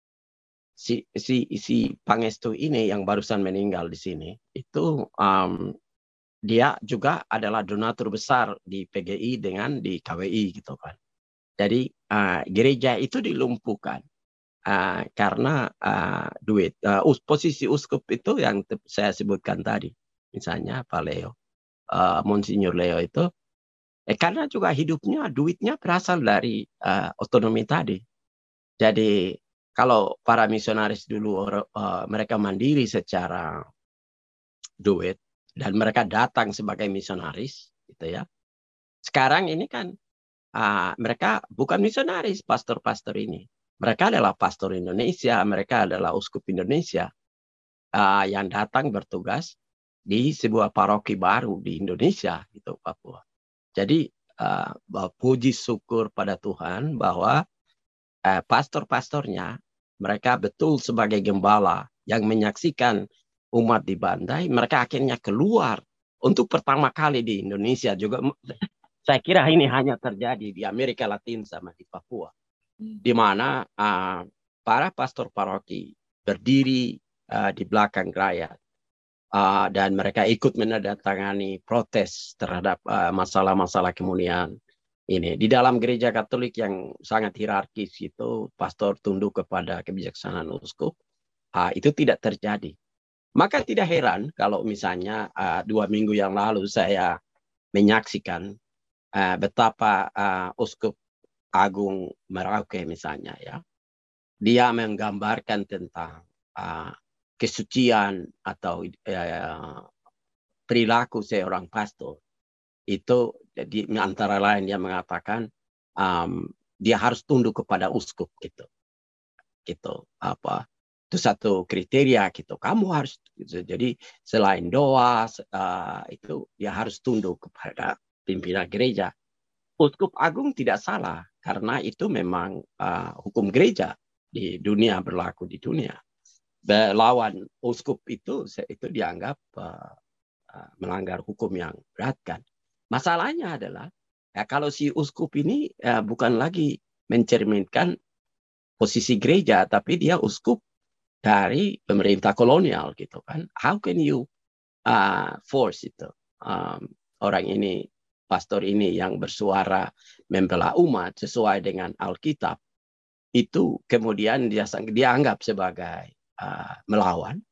Si, si, si Pangestu ini yang barusan meninggal di sini, itu um, dia juga adalah donatur besar di P G I dengan di K W I gitu kan. Jadi uh, gereja itu dilumpuhkan uh, karena uh, duit. Uh, posisi uskup itu yang saya sebutkan tadi, misalnya Pak Leo, uh, Monsinyur Leo itu, eh, karena juga hidupnya, duitnya berasal dari uh, otonomi tadi. Jadi kalau para misionaris dulu uh, mereka mandiri secara duit dan mereka datang sebagai misionaris, gitu ya. Sekarang ini kan uh, mereka bukan misionaris, pastor-pastor ini. Mereka adalah pastor Indonesia, mereka adalah uskup Indonesia uh, yang datang bertugas di sebuah paroki baru di Indonesia, gitu Papua. Jadi uh, puji syukur pada Tuhan bahwa uh, pastor-pastornya mereka betul sebagai gembala yang menyaksikan umat di Bandai, mereka akhirnya keluar untuk pertama kali di Indonesia juga. Saya kira ini hanya terjadi di Amerika Latin sama di Papua, di mana uh, para pastor paroki berdiri uh, di belakang rakyat uh, dan mereka ikut menandatangani protes terhadap masalah-masalah uh, kemunian ini. Di dalam gereja Katolik yang sangat hierarkis itu, pastor tunduk kepada kebijaksanaan uskup, uh, itu tidak terjadi. Maka tidak heran kalau misalnya uh, dua minggu yang lalu saya menyaksikan uh, betapa uh, uskup Agung Merauke misalnya, ya, dia menggambarkan tentang uh, kesucian atau uh, perilaku seorang pastor. Itu di antara lain dia mengatakan um, dia harus tunduk kepada uskup, gitu, gitu apa? Itu satu kriteria, gitu. Kamu harus, gitu. Jadi selain doa uh, itu dia harus tunduk kepada pimpinan gereja. Uskup Agung tidak salah karena itu memang uh, hukum gereja di dunia, berlaku di dunia. Lawan uskup itu itu dianggap uh, uh, melanggar hukum yang berat kan. Masalahnya adalah ya, kalau si uskup ini uh, bukan lagi mencerminkan posisi gereja, tapi dia uskup dari pemerintah kolonial, gitu kan. How can you uh, force itu um, orang ini, pastor ini yang bersuara membela umat sesuai dengan Alkitab, itu kemudian dia dianggap sebagai uh, melawan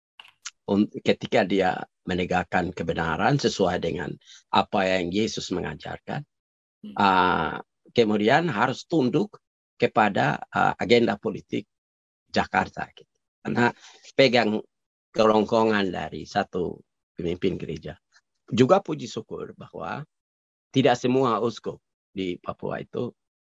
ketika dia menegakkan kebenaran sesuai dengan apa yang Yesus mengajarkan. Uh, kemudian harus tunduk kepada uh, agenda politik Jakarta, gitu. Karena pegang kerongkongan dari satu pemimpin gereja. Juga puji syukur bahwa tidak semua uskup di Papua itu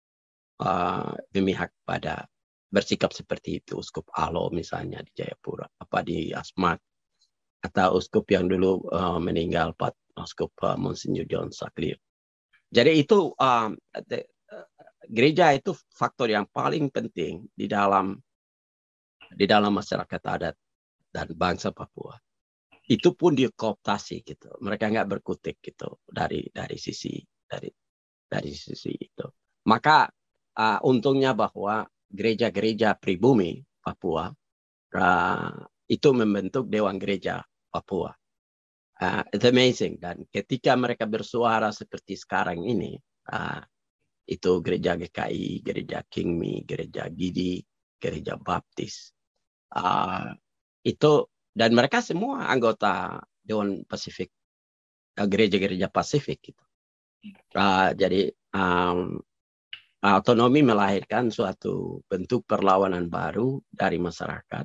uh, memihak pada bersikap seperti itu. Uskup Alo misalnya di Jayapura, apa di Asmat, atau uskup yang dulu uh, meninggal, Pak Uskup uh, Monsignor John Saklio. Jadi itu um, the, uh, gereja itu faktor yang paling penting di dalam di dalam masyarakat adat dan bangsa Papua. Itu pun dikooptasi, gitu. Mereka nggak berkutik, gitu, dari dari sisi dari dari sisi itu. Maka uh, untungnya bahwa gereja-gereja pribumi Papua uh, itu membentuk Dewan Gereja Papua. Uh, it's amazing. Dan ketika mereka bersuara seperti sekarang ini, uh, itu gereja G K I, gereja Kingmi, gereja Gidi, gereja Baptis, uh, itu, dan mereka semua anggota Dewan Pasifik, gereja-gereja Pasifik, gitu. Uh, jadi um, autonomi melahirkan suatu bentuk perlawanan baru dari masyarakat,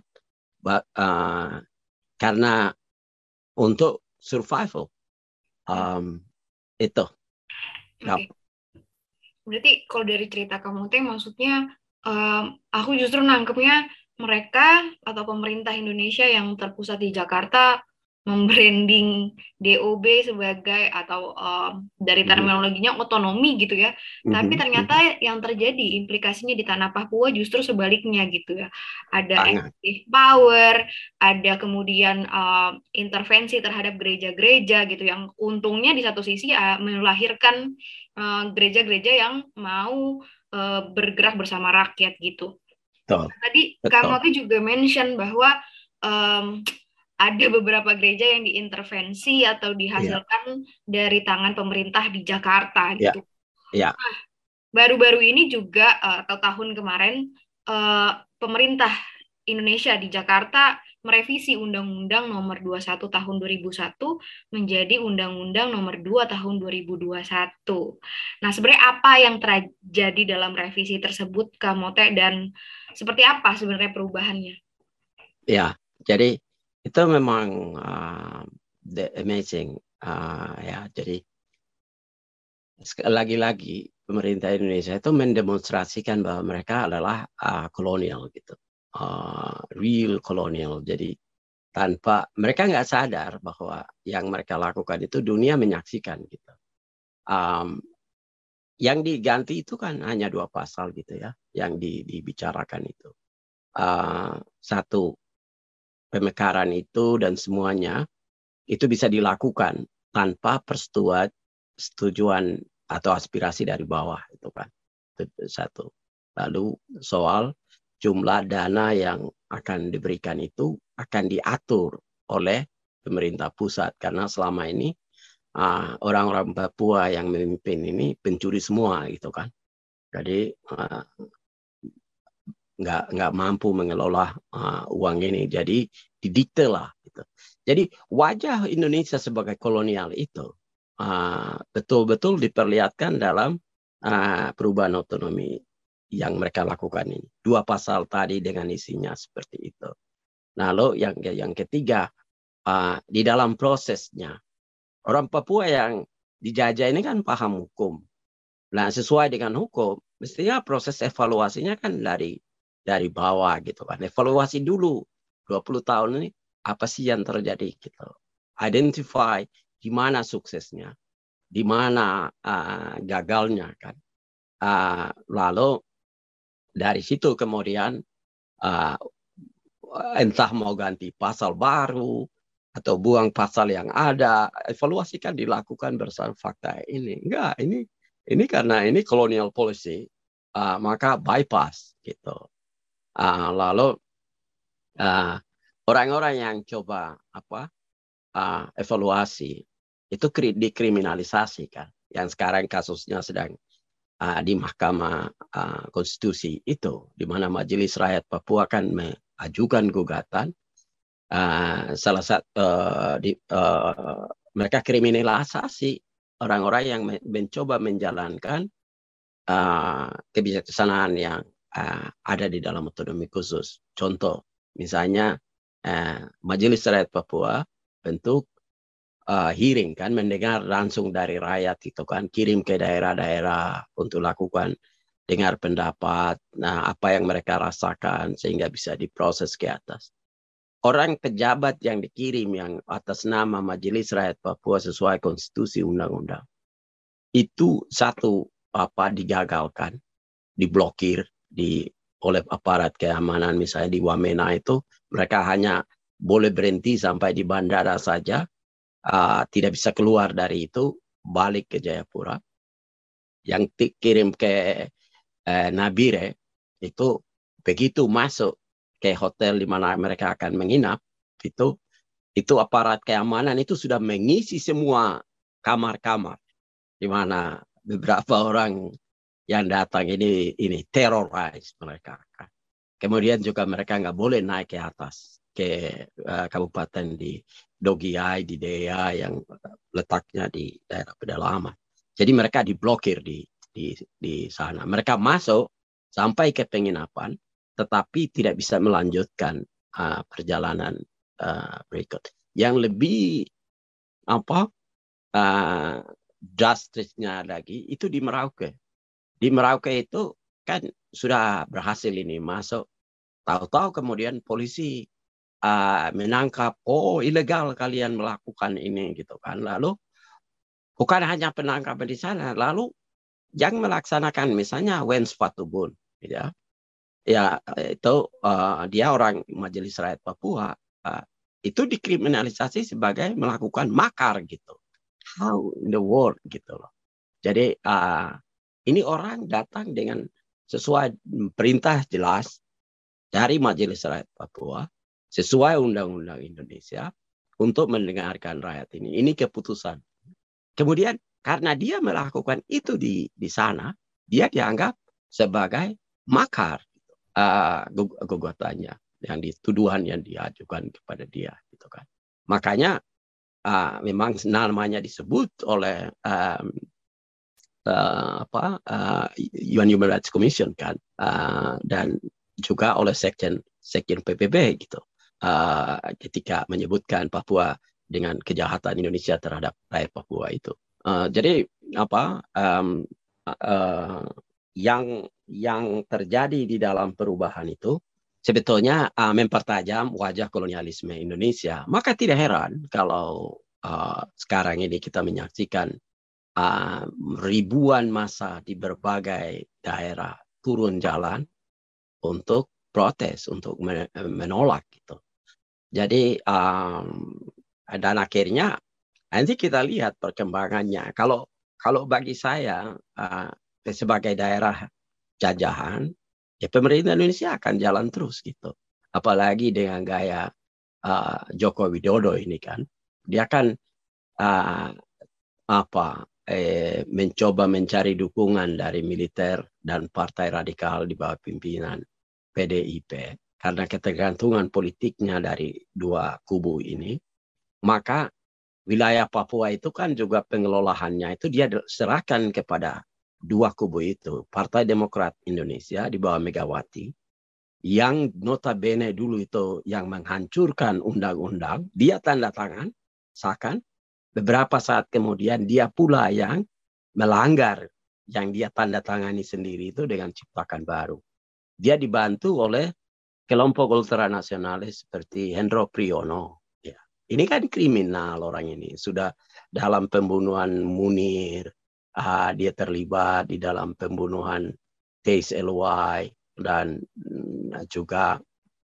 uh, karena untuk survival um, itu. Okay. Berarti kalau dari cerita kamu teh maksudnya um, aku justru nangkepnya mereka atau pemerintah Indonesia yang terpusat di Jakarta membranding D O B sebagai atau um, dari terminologinya otonomi, gitu ya. Mm-hmm. Tapi ternyata mm-hmm. yang terjadi implikasinya di tanah Papua justru sebaliknya, gitu ya. Ada executive power, ada kemudian um, intervensi terhadap gereja-gereja, gitu, yang untungnya di satu sisi uh, melahirkan uh, gereja-gereja yang mau uh, bergerak bersama rakyat, gitu. Betul. Tadi Kang Noti juga mention bahwa um, ada beberapa gereja yang diintervensi atau dihasilkan yeah. dari tangan pemerintah di Jakarta, gitu. Yeah. Yeah. Nah, baru-baru ini juga uh, atau tahun kemarin uh, pemerintah Indonesia di Jakarta merevisi Undang-Undang Nomor dua puluh satu Tahun dua ribu satu menjadi Undang-Undang Nomor dua Tahun dua ribu dua puluh satu. Nah, sebenarnya apa yang terjadi dalam revisi tersebut, Kak Mote, dan Seperti apa sebenarnya perubahannya? Ya, jadi itu memang uh, the amazing uh, ya. Jadi lagi-lagi pemerintah Indonesia itu mendemonstrasikan bahwa mereka adalah uh, kolonial gitu, uh, real kolonial. Jadi tanpa mereka nggak sadar bahwa yang mereka lakukan itu dunia menyaksikan gitu. Um, yang diganti itu kan hanya dua pasal gitu ya, yang di, dibicarakan itu. Uh, satu, pemekaran itu dan semuanya itu bisa dilakukan tanpa persetujuan atau aspirasi dari bawah itu kan. Itu satu. Lalu soal jumlah dana yang akan diberikan itu akan diatur oleh pemerintah pusat karena selama ini uh, orang-orang Papua yang memimpin ini pencuri semua gitu kan. Jadi uh, nggak nggak mampu mengelola uh, uang ini, jadi didikte lah gitu. Jadi wajah Indonesia sebagai kolonial itu uh, betul-betul diperlihatkan dalam uh, perubahan otonomi yang mereka lakukan ini. Dua pasal tadi dengan isinya seperti itu. Lalu yang yang ketiga, uh, di dalam prosesnya orang Papua yang dijajah ini kan paham hukum. Nah, sesuai dengan hukum, mestinya proses evaluasinya kan dari dari bawah gitu kan. Evaluasi dulu dua puluh tahun ini apa sih yang terjadi gitu. Identify di mana suksesnya, di mana uh, gagalnya kan. Uh, lalu dari situ kemudian uh, entah mau ganti pasal baru atau buang pasal yang ada, evaluasi kan dilakukan berdasarkan fakta ini. Enggak, ini ini karena ini colonial policy, uh, maka bypass gitu. Uh, lalu uh, orang-orang yang coba apa uh, evaluasi itu dikriminalisasi kan, yang sekarang kasusnya sedang uh, di Mahkamah uh, Konstitusi itu, di mana Majelis Rakyat Papua akan mengajukan gugatan. Uh, salah satu uh, di, uh, mereka kriminalisasi orang-orang yang mencoba menjalankan uh, kebijaksanaan yang uh, ada di dalam otonomi khusus. Contoh, misalnya uh, Majelis Rakyat Papua bentuk uh, hearing kan, mendengar langsung dari rakyat itu kan, kirim ke daerah-daerah untuk lakukan dengar pendapat, nah apa yang mereka rasakan sehingga bisa diproses ke atas. Orang pejabat yang dikirim yang atas nama Majelis Rakyat Papua sesuai konstitusi undang-undang itu satu apa digagalkan, diblokir di oleh aparat keamanan. Misalnya di Wamena itu mereka hanya boleh berhenti sampai di bandara saja, uh, tidak bisa keluar dari itu, balik ke Jayapura. Yang dikirim ke uh, Nabire itu begitu masuk ke hotel di mana mereka akan menginap, itu itu aparat keamanan itu sudah mengisi semua kamar-kamar di mana beberapa orang yang datang ini ini terrorize mereka. Kemudian juga mereka nggak boleh naik ke atas ke uh, kabupaten di Dogiai, di Dea yang letaknya di daerah pedalaman. Jadi mereka diblokir di di di sana. Mereka masuk sampai ke penginapan, tetapi tidak bisa melanjutkan uh, perjalanan uh, berikut. Yang lebih apa uh, drastisnya lagi itu di Merauke. Di Merauke itu kan sudah berhasil ini masuk. Tahu-tahu kemudian polisi uh, menangkap, oh ilegal kalian melakukan ini gitu kan. Lalu bukan hanya penangkapan di sana, lalu yang melaksanakan misalnya Wens Patubun, ya, ya itu uh, dia orang Majelis Rakyat Papua, uh, itu dikriminalisasi sebagai melakukan makar gitu. How in the world gitu loh. Jadi uh, ini orang datang dengan sesuai perintah jelas dari Majelis Rakyat Papua, sesuai Undang-Undang Indonesia untuk mendengarkan rakyat ini. Ini keputusan. Kemudian karena dia melakukan itu di di sana, dia dianggap sebagai makar uh, gugatannya, yang dituduhan yang diajukan kepada dia, gitu kan. Makanya uh, memang namanya disebut oleh um, uh, apa uh, U N Human Rights Commission kan, uh, dan juga oleh sekjen sekjen P B B gitu uh, ketika menyebutkan Papua dengan kejahatan Indonesia terhadap rakyat Papua itu. Uh, jadi apa um, uh, yang yang terjadi di dalam perubahan itu sebetulnya uh, mempertajam wajah kolonialisme Indonesia. Maka tidak heran kalau uh, sekarang ini kita menyaksikan uh, ribuan massa di berbagai daerah turun jalan untuk protes, untuk menolak gitu. Jadi um, dan akhirnya nanti kita lihat perkembangannya. Kalau kalau bagi saya uh, sebagai daerah jajahan, ya pemerintah Indonesia akan jalan terus gitu. Apalagi dengan gaya uh, Joko Widodo ini kan, dia kan uh, apa eh, mencoba mencari dukungan dari militer dan partai radikal di bawah pimpinan P D I P karena ketergantungan politiknya dari dua kubu ini, maka wilayah Papua itu kan juga pengelolaannya itu dia serahkan kepada dua kubu itu, Partai Demokrat Indonesia di bawah Megawati, yang notabene dulu itu yang menghancurkan undang-undang, dia tanda tangan, sahkan, beberapa saat kemudian dia pula yang melanggar yang dia tanda tangani sendiri itu dengan ciptakan baru. Dia dibantu oleh kelompok ultranasionalis seperti Hendro Priyono. Ya. Ini kan kriminal orang ini. Sudah dalam pembunuhan Munir, uh, dia terlibat di dalam pembunuhan Teis Eluai, dan uh, juga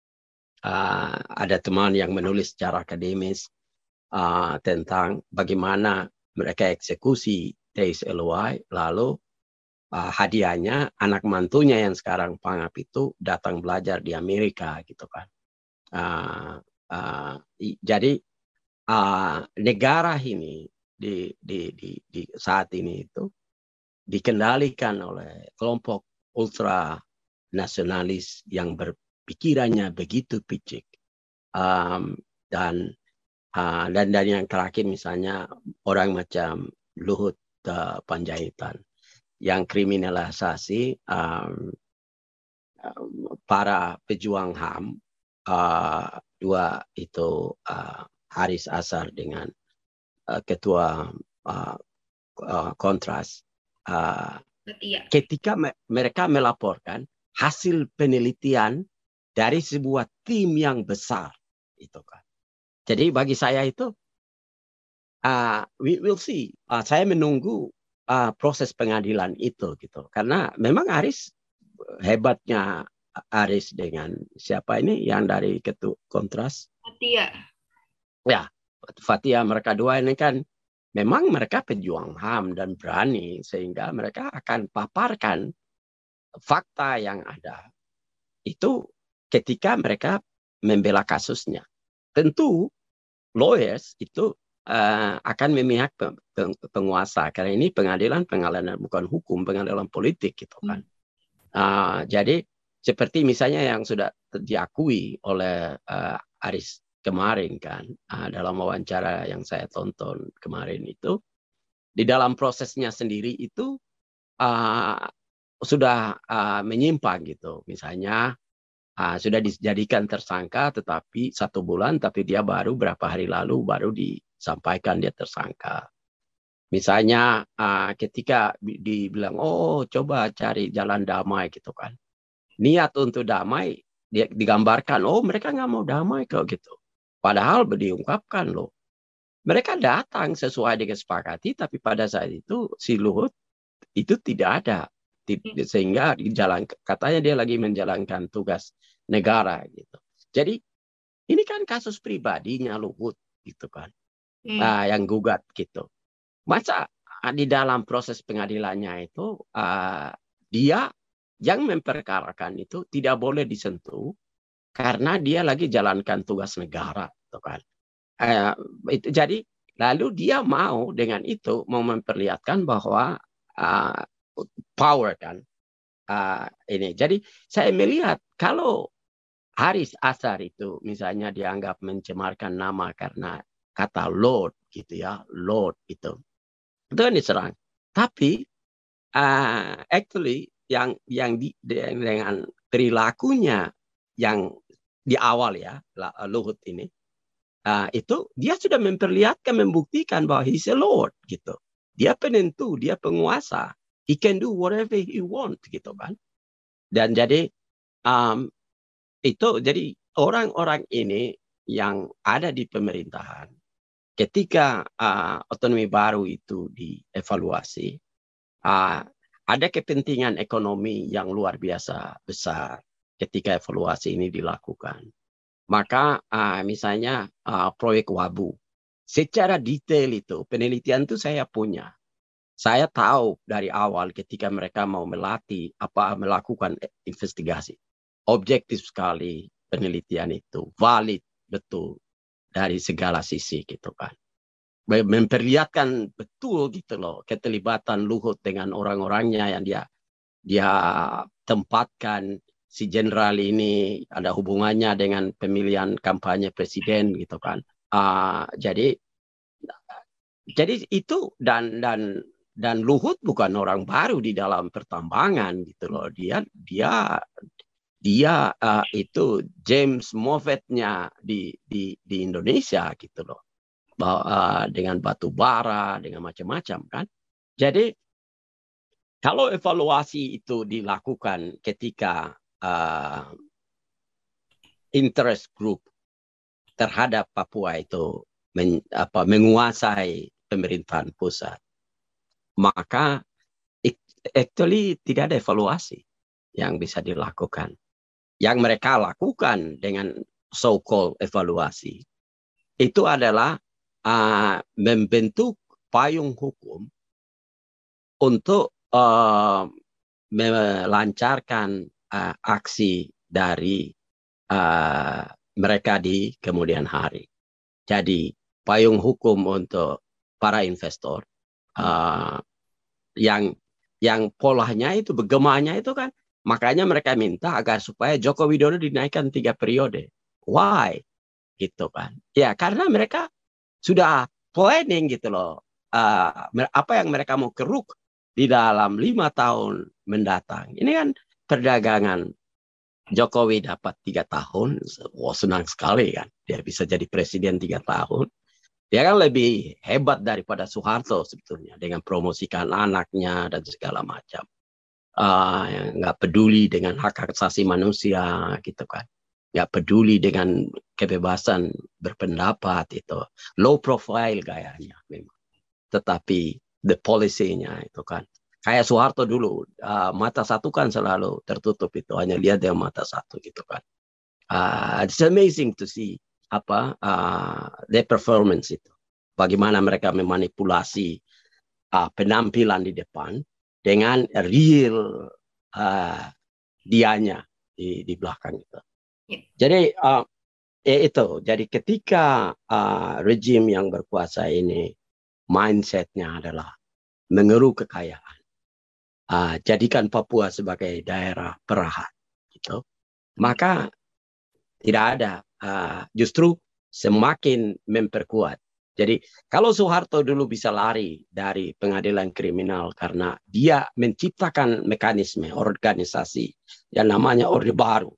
uh, ada teman yang menulis secara akademis uh, tentang bagaimana mereka eksekusi Teis Eluai, lalu uh, hadiahnya anak mantunya yang sekarang pangap itu datang belajar di Amerika gitu kan. Uh, uh, jadi uh, negara ini di, di, di, di saat ini itu dikendalikan oleh kelompok ultra nasionalis yang berpikirannya begitu picik, um, dan uh, dan dan yang terakhir misalnya orang macam Luhut uh, Panjaitan yang kriminalisasi um, para pejuang H A M, uh, dua itu uh, Haris Azhar dengan uh, ketua uh, uh, Kontras, uh, ketika me mereka melaporkan hasil penelitian dari sebuah tim yang besar itu kan. Jadi bagi saya itu uh, we will see. Uh, saya menunggu uh, proses pengadilan itu gitu, karena memang Haris, hebatnya Aris dengan siapa ini yang dari ketua Kontras? Fathia. Ya, Fathia, mereka dua ini kan memang mereka pejuang H A M dan berani, sehingga mereka akan paparkan fakta yang ada itu ketika mereka membela kasusnya. Tentu lawyers itu uh, akan memihak penguasa, karena ini pengadilan pengadilan bukan hukum, pengadilan politik gitu kan. Hmm. Uh, jadi seperti misalnya yang sudah diakui oleh uh, Aris kemarin kan, uh, dalam wawancara yang saya tonton kemarin itu, di dalam prosesnya sendiri itu uh, sudah uh, menyimpang gitu. Misalnya uh, sudah dijadikan tersangka tetapi satu bulan, tapi dia baru berapa hari lalu baru disampaikan dia tersangka. Misalnya uh, ketika dibilang, oh coba cari jalan damai gitu kan. Niat untuk damai dia digambarkan, oh mereka nggak mau damai kok gitu. Padahal diungkapkan loh, mereka datang sesuai dengan sepakati, tapi pada saat itu si Luhut itu tidak ada, sehingga di jalan katanya dia lagi menjalankan tugas negara gitu. Jadi ini kan kasus pribadinya Luhut gitu kan, hmm. uh, yang gugat gitu. Masa di dalam proses pengadilannya itu uh, dia yang memperkarakan itu tidak boleh disentuh karena dia lagi jalankan tugas negara, gitu kan. Uh, itu, jadi lalu dia mau dengan itu mau memperlihatkan bahwa uh, power kan uh, ini. Jadi saya melihat kalau Haris Azhar itu misalnya dianggap mencemarkan nama karena kata Lord gitu ya, Lord itu. Itu kan diserang. Tapi uh, actually yang yang di, dengan perilakunya yang di awal ya, Luhut ini, uh, itu dia sudah memperlihatkan, membuktikan bahwa he's a lord gitu. Dia penentu, dia penguasa. He can do whatever he want gitu kan. Dan jadi um, itu jadi orang-orang ini yang ada di pemerintahan ketika uh, otonomi baru itu dievaluasi, uh, ada kepentingan ekonomi yang luar biasa besar ketika evaluasi ini dilakukan. Maka uh, misalnya uh, proyek Wabu, secara detail itu penelitian itu saya punya. Saya tahu dari awal ketika mereka mau melatih apa melakukan investigasi. Objektif sekali penelitian itu, valid betul dari segala sisi gitu kan. Memperlihatkan betul gitu loh keterlibatan Luhut dengan orang-orangnya yang dia dia tempatkan. Si jenderal ini ada hubungannya dengan pemilihan kampanye presiden gitu kan. Uh, jadi jadi itu dan dan dan Luhut bukan orang baru di dalam pertambangan gitu loh. Dia dia dia uh, itu James Moffett-nya di di di Indonesia gitu loh. Bahwa, uh, dengan batu bara, dengan macam-macam kan. Jadi kalau evaluasi itu dilakukan ketika uh, interest group terhadap Papua itu men, apa, menguasai pemerintahan pusat, maka actually tidak ada evaluasi yang bisa dilakukan. Yang mereka lakukan dengan so-called evaluasi itu adalah uh, membentuk payung hukum untuk uh, melancarkan uh, aksi dari uh, mereka di kemudian hari. Jadi payung hukum untuk para investor uh, yang yang polanya itu bergemanya itu kan, makanya mereka minta agar supaya Joko Widodo dinaikkan tiga periode. Why? Gitu kan? Ya karena mereka sudah planning gitu loh. Uh, apa yang mereka mau keruk di dalam lima tahun mendatang. Ini kan perdagangan. Jokowi dapat tiga tahun, wah senang sekali kan. Dia bisa jadi presiden tiga tahun. Dia kan lebih hebat daripada Soeharto sebetulnya dengan promosikan anaknya dan segala macam. Uh, nggak peduli dengan hak asasi manusia gitu kan. Nggak peduli dengan kebebasan berpendapat itu. Low profile gayanya memang. Tetapi the policy-nya itu kan. Kayak Soeharto dulu, uh, mata satu kan selalu tertutup itu. Hanya lihat dengan mata satu gitu kan. Uh, it's amazing to see apa uh, their performance itu. Bagaimana mereka memanipulasi uh, penampilan di depan dengan real uh, dianya di, di belakang itu. Yeah. Jadi uh, eh, itu. Jadi ketika uh, rejim yang berkuasa ini mindsetnya adalah mengeruk kekayaan. Uh, jadikan Papua sebagai daerah perahat. Gitu. Maka tidak ada. Uh, justru semakin memperkuat. Jadi kalau Soeharto dulu bisa lari dari pengadilan kriminal karena dia menciptakan mekanisme organisasi yang namanya Orde Baru.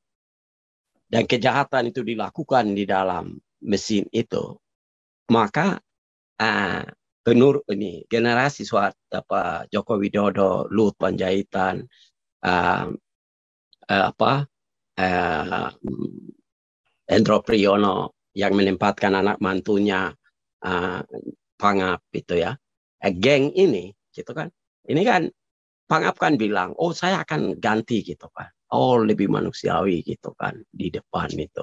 Dan kejahatan itu dilakukan di dalam mesin itu. Maka uh, penur ini generasi Soeharto, apa Joko Widodo, Luhut Panjaitan, uh, uh, apa uh, Endro Priyono yang menempatkan anak mantunya uh, Pangap itu ya, uh, geng ini, gitu kan? Ini kan Pangap kan bilang, oh saya akan ganti gitu kan, oh lebih manusiawi gitu kan di depan itu,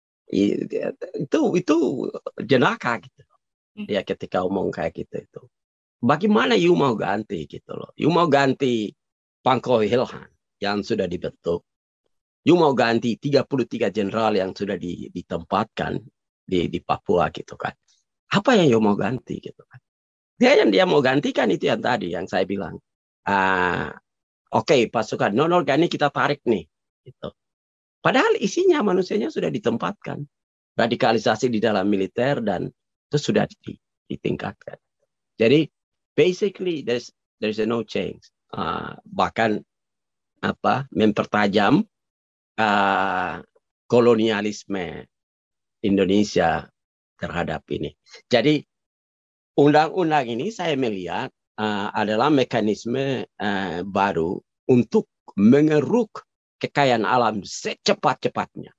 itu itu jenaka gitu. Dia ketika omong kayak gitu itu. Bagaimana you mau ganti gitu loh. You mau ganti Pangko Hilhan yang sudah dibentuk. You mau ganti tiga puluh tiga jenderal yang sudah ditempatkan di, di Papua gitu kan. Apa yang you mau ganti gitu kan. Dia yang dia mau gantikan itu yang tadi yang saya bilang. Uh, Oke okay, pasukan non-organik kita tarik nih. Gitu. Padahal isinya manusianya sudah ditempatkan. Radikalisasi di dalam militer dan itu sudah ditingkatkan. Jadi basically there's there's no change. Uh, bahkan apa mempertajam uh, kolonialisme Indonesia terhadap ini. Jadi undang-undang ini saya melihat uh, adalah mekanisme uh, baru untuk mengeruk kekayaan alam secepat-cepatnya.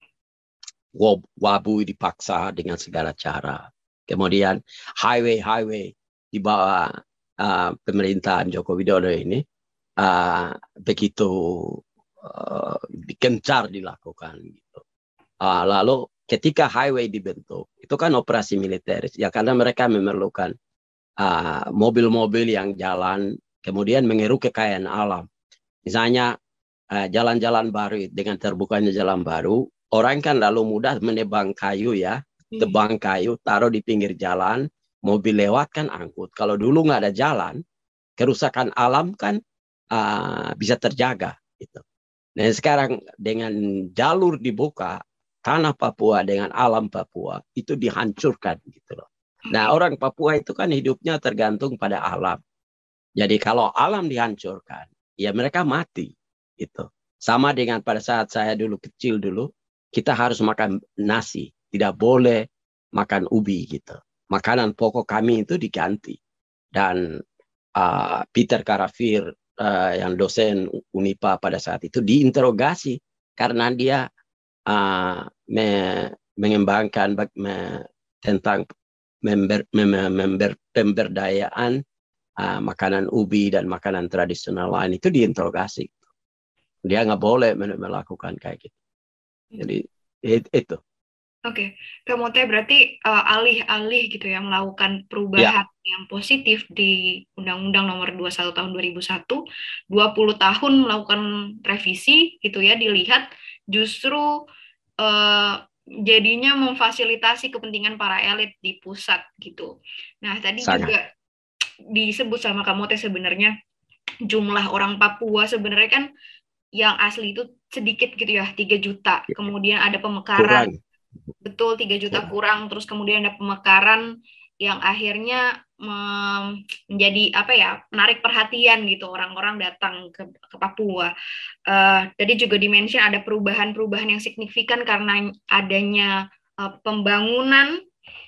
Wabu dipaksa dengan segala cara. Kemudian highway-highway di bawah uh, pemerintahan Joko Widodo ini uh, begitu uh, gencar dilakukan. Gitu. Uh, lalu ketika highway dibentuk, itu kan operasi militer. Ya karena mereka memerlukan mobil-mobil uh, yang jalan, kemudian mengeruk kekayaan alam. Misalnya jalan-jalan uh, baru dengan terbukanya jalan baru, orang kan lalu mudah menebang kayu ya, tebang kayu, taruh di pinggir jalan, mobil lewat kan angkut. Kalau dulu nggak ada jalan, kerusakan alam kan uh, bisa terjaga. Gitu. Nah sekarang dengan jalur dibuka, tanah Papua dengan alam Papua itu dihancurkan gitu loh. Nah orang Papua itu kan hidupnya tergantung pada alam. Jadi kalau alam dihancurkan, ya mereka mati. Gitu. Sama dengan pada saat saya dulu kecil dulu, kita harus makan nasi, tidak boleh makan ubi gitu. Makanan pokok kami itu diganti. Dan uh, Peter Karafir uh, yang dosen Unipa pada saat itu diinterogasi karena dia uh, me mengembangkan me tentang member, member, member, pemberdayaan uh, makanan ubi dan makanan tradisional lain itu diinterogasi. Dia nggak boleh melakukan kayak gitu. Jadi itu. Oke, Kamote berarti uh, alih-alih gitu ya melakukan perubahan ya. Yang positif di Undang-Undang Nomor dua puluh satu Tahun dua ribu satu, dua puluh tahun melakukan revisi gitu ya, dilihat justru uh, jadinya memfasilitasi kepentingan para elit di pusat gitu. Nah tadi Sangat. juga disebut sama Kamote sebenarnya jumlah orang Papua sebenarnya kan yang asli itu sedikit gitu ya, tiga juta. Kemudian ada pemekaran. Kurang. Betul, tiga juta kurang. Terus kemudian ada pemekaran yang akhirnya menjadi apa ya, menarik perhatian gitu. Orang-orang datang ke, ke Papua. Uh, tadi juga dimention ada perubahan-perubahan yang signifikan karena adanya uh, pembangunan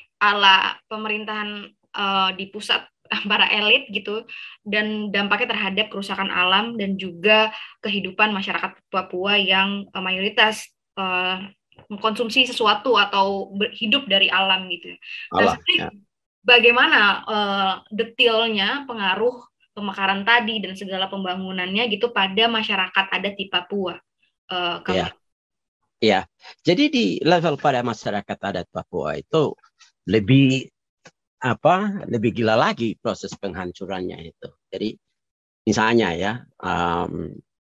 ala pemerintahan uh, di pusat para elit gitu, dan dampaknya terhadap kerusakan alam dan juga kehidupan masyarakat Papua yang uh, mayoritas uh, mengkonsumsi sesuatu atau hidup dari alam gitu. Nah, ya. Bagaimana uh, detailnya pengaruh pemekaran tadi dan segala pembangunannya gitu pada masyarakat adat di Papua? Uh, ya. ya, jadi di level pada masyarakat adat Papua itu lebih apa lebih gila lagi proses penghancurannya itu. Jadi misalnya ya um,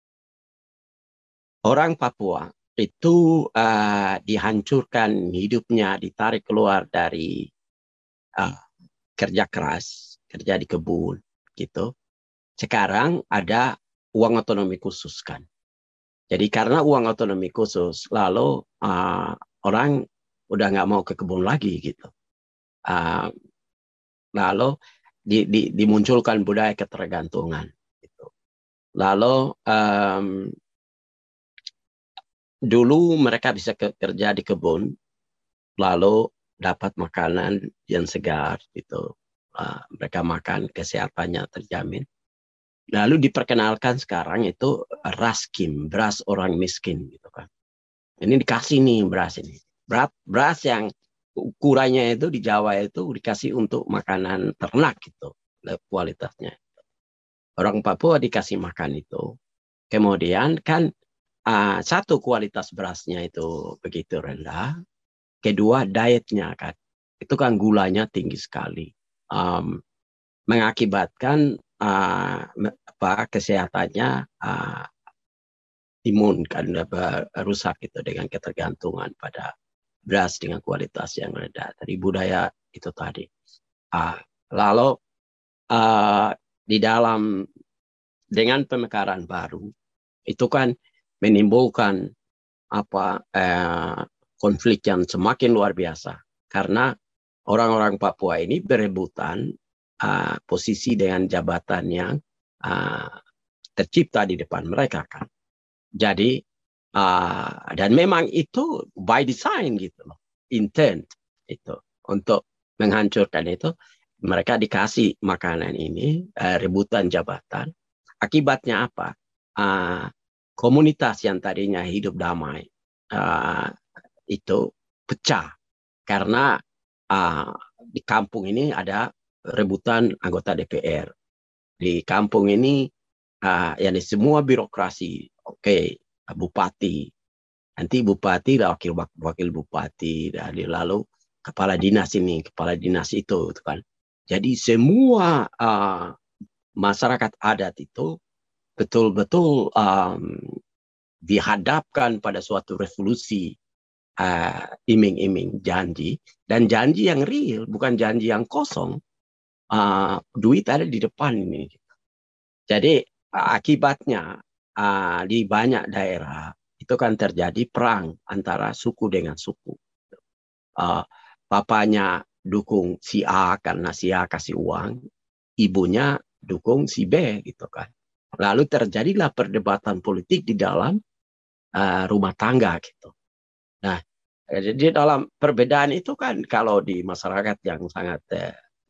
orang Papua itu uh, dihancurkan hidupnya, ditarik keluar dari uh, kerja keras, kerja di kebun gitu. Sekarang ada uang otonomi khusus kan. Jadi karena uang otonomi khusus, lalu uh, orang udah nggak mau ke kebun lagi gitu. Uh, lalu di, di, dimunculkan budaya ketergantungan. Gitu. Lalu um, dulu mereka bisa kerja di kebun, lalu dapat makanan yang segar, gitu. Uh, mereka makan, kesehatannya terjamin. Lalu diperkenalkan sekarang itu raskim, beras orang miskin, gitu kan. Ini dikasih nih beras ini, beras, beras yang ukurannya itu di Jawa itu dikasih untuk makanan ternak gitu, kualitasnya. Orang Papua dikasih makan itu. Kemudian kan uh, satu kualitas berasnya itu begitu rendah. Kedua dietnya kan. Itu kan gulanya tinggi sekali. Um, mengakibatkan uh, apa kesehatannya uh, imun kan rusak itu dengan ketergantungan pada beras dengan kualitas yang rendah. Dari budaya itu tadi. Uh, lalu uh, di dalam dengan pemekaran baru itu kan menimbulkan apa eh, konflik yang semakin luar biasa karena orang-orang Papua ini berebutan uh, posisi dengan jabatan yang uh, tercipta di depan mereka kan. Jadi Uh, dan memang itu by design gitu loh, intent itu untuk menghancurkan itu. Mereka dikasih makanan ini, uh, rebutan jabatan. Akibatnya apa? Uh, komunitas yang tadinya hidup damai uh, itu pecah karena uh, di kampung ini ada rebutan anggota D P R. Di kampung ini uh, yani semua birokrasi, oke, okay, bupati, nanti bupati, wakil wakil bupati, dan lalu kepala dinas ini, kepala dinas itu, itu kan. Jadi semua uh, masyarakat adat itu betul-betul um, dihadapkan pada suatu revolusi, uh, iming-iming janji, dan janji yang real, bukan janji yang kosong. Uh, duit ada di depan ini. Jadi uh, akibatnya uh, di banyak daerah itu kan terjadi perang antara suku dengan suku. Uh, bapaknya dukung si A karena si A kasih uang, ibunya dukung si B gitu kan. Lalu terjadilah perdebatan politik di dalam uh, rumah tangga gitu. Nah, di dalam perbedaan itu kan kalau di masyarakat yang sangat uh,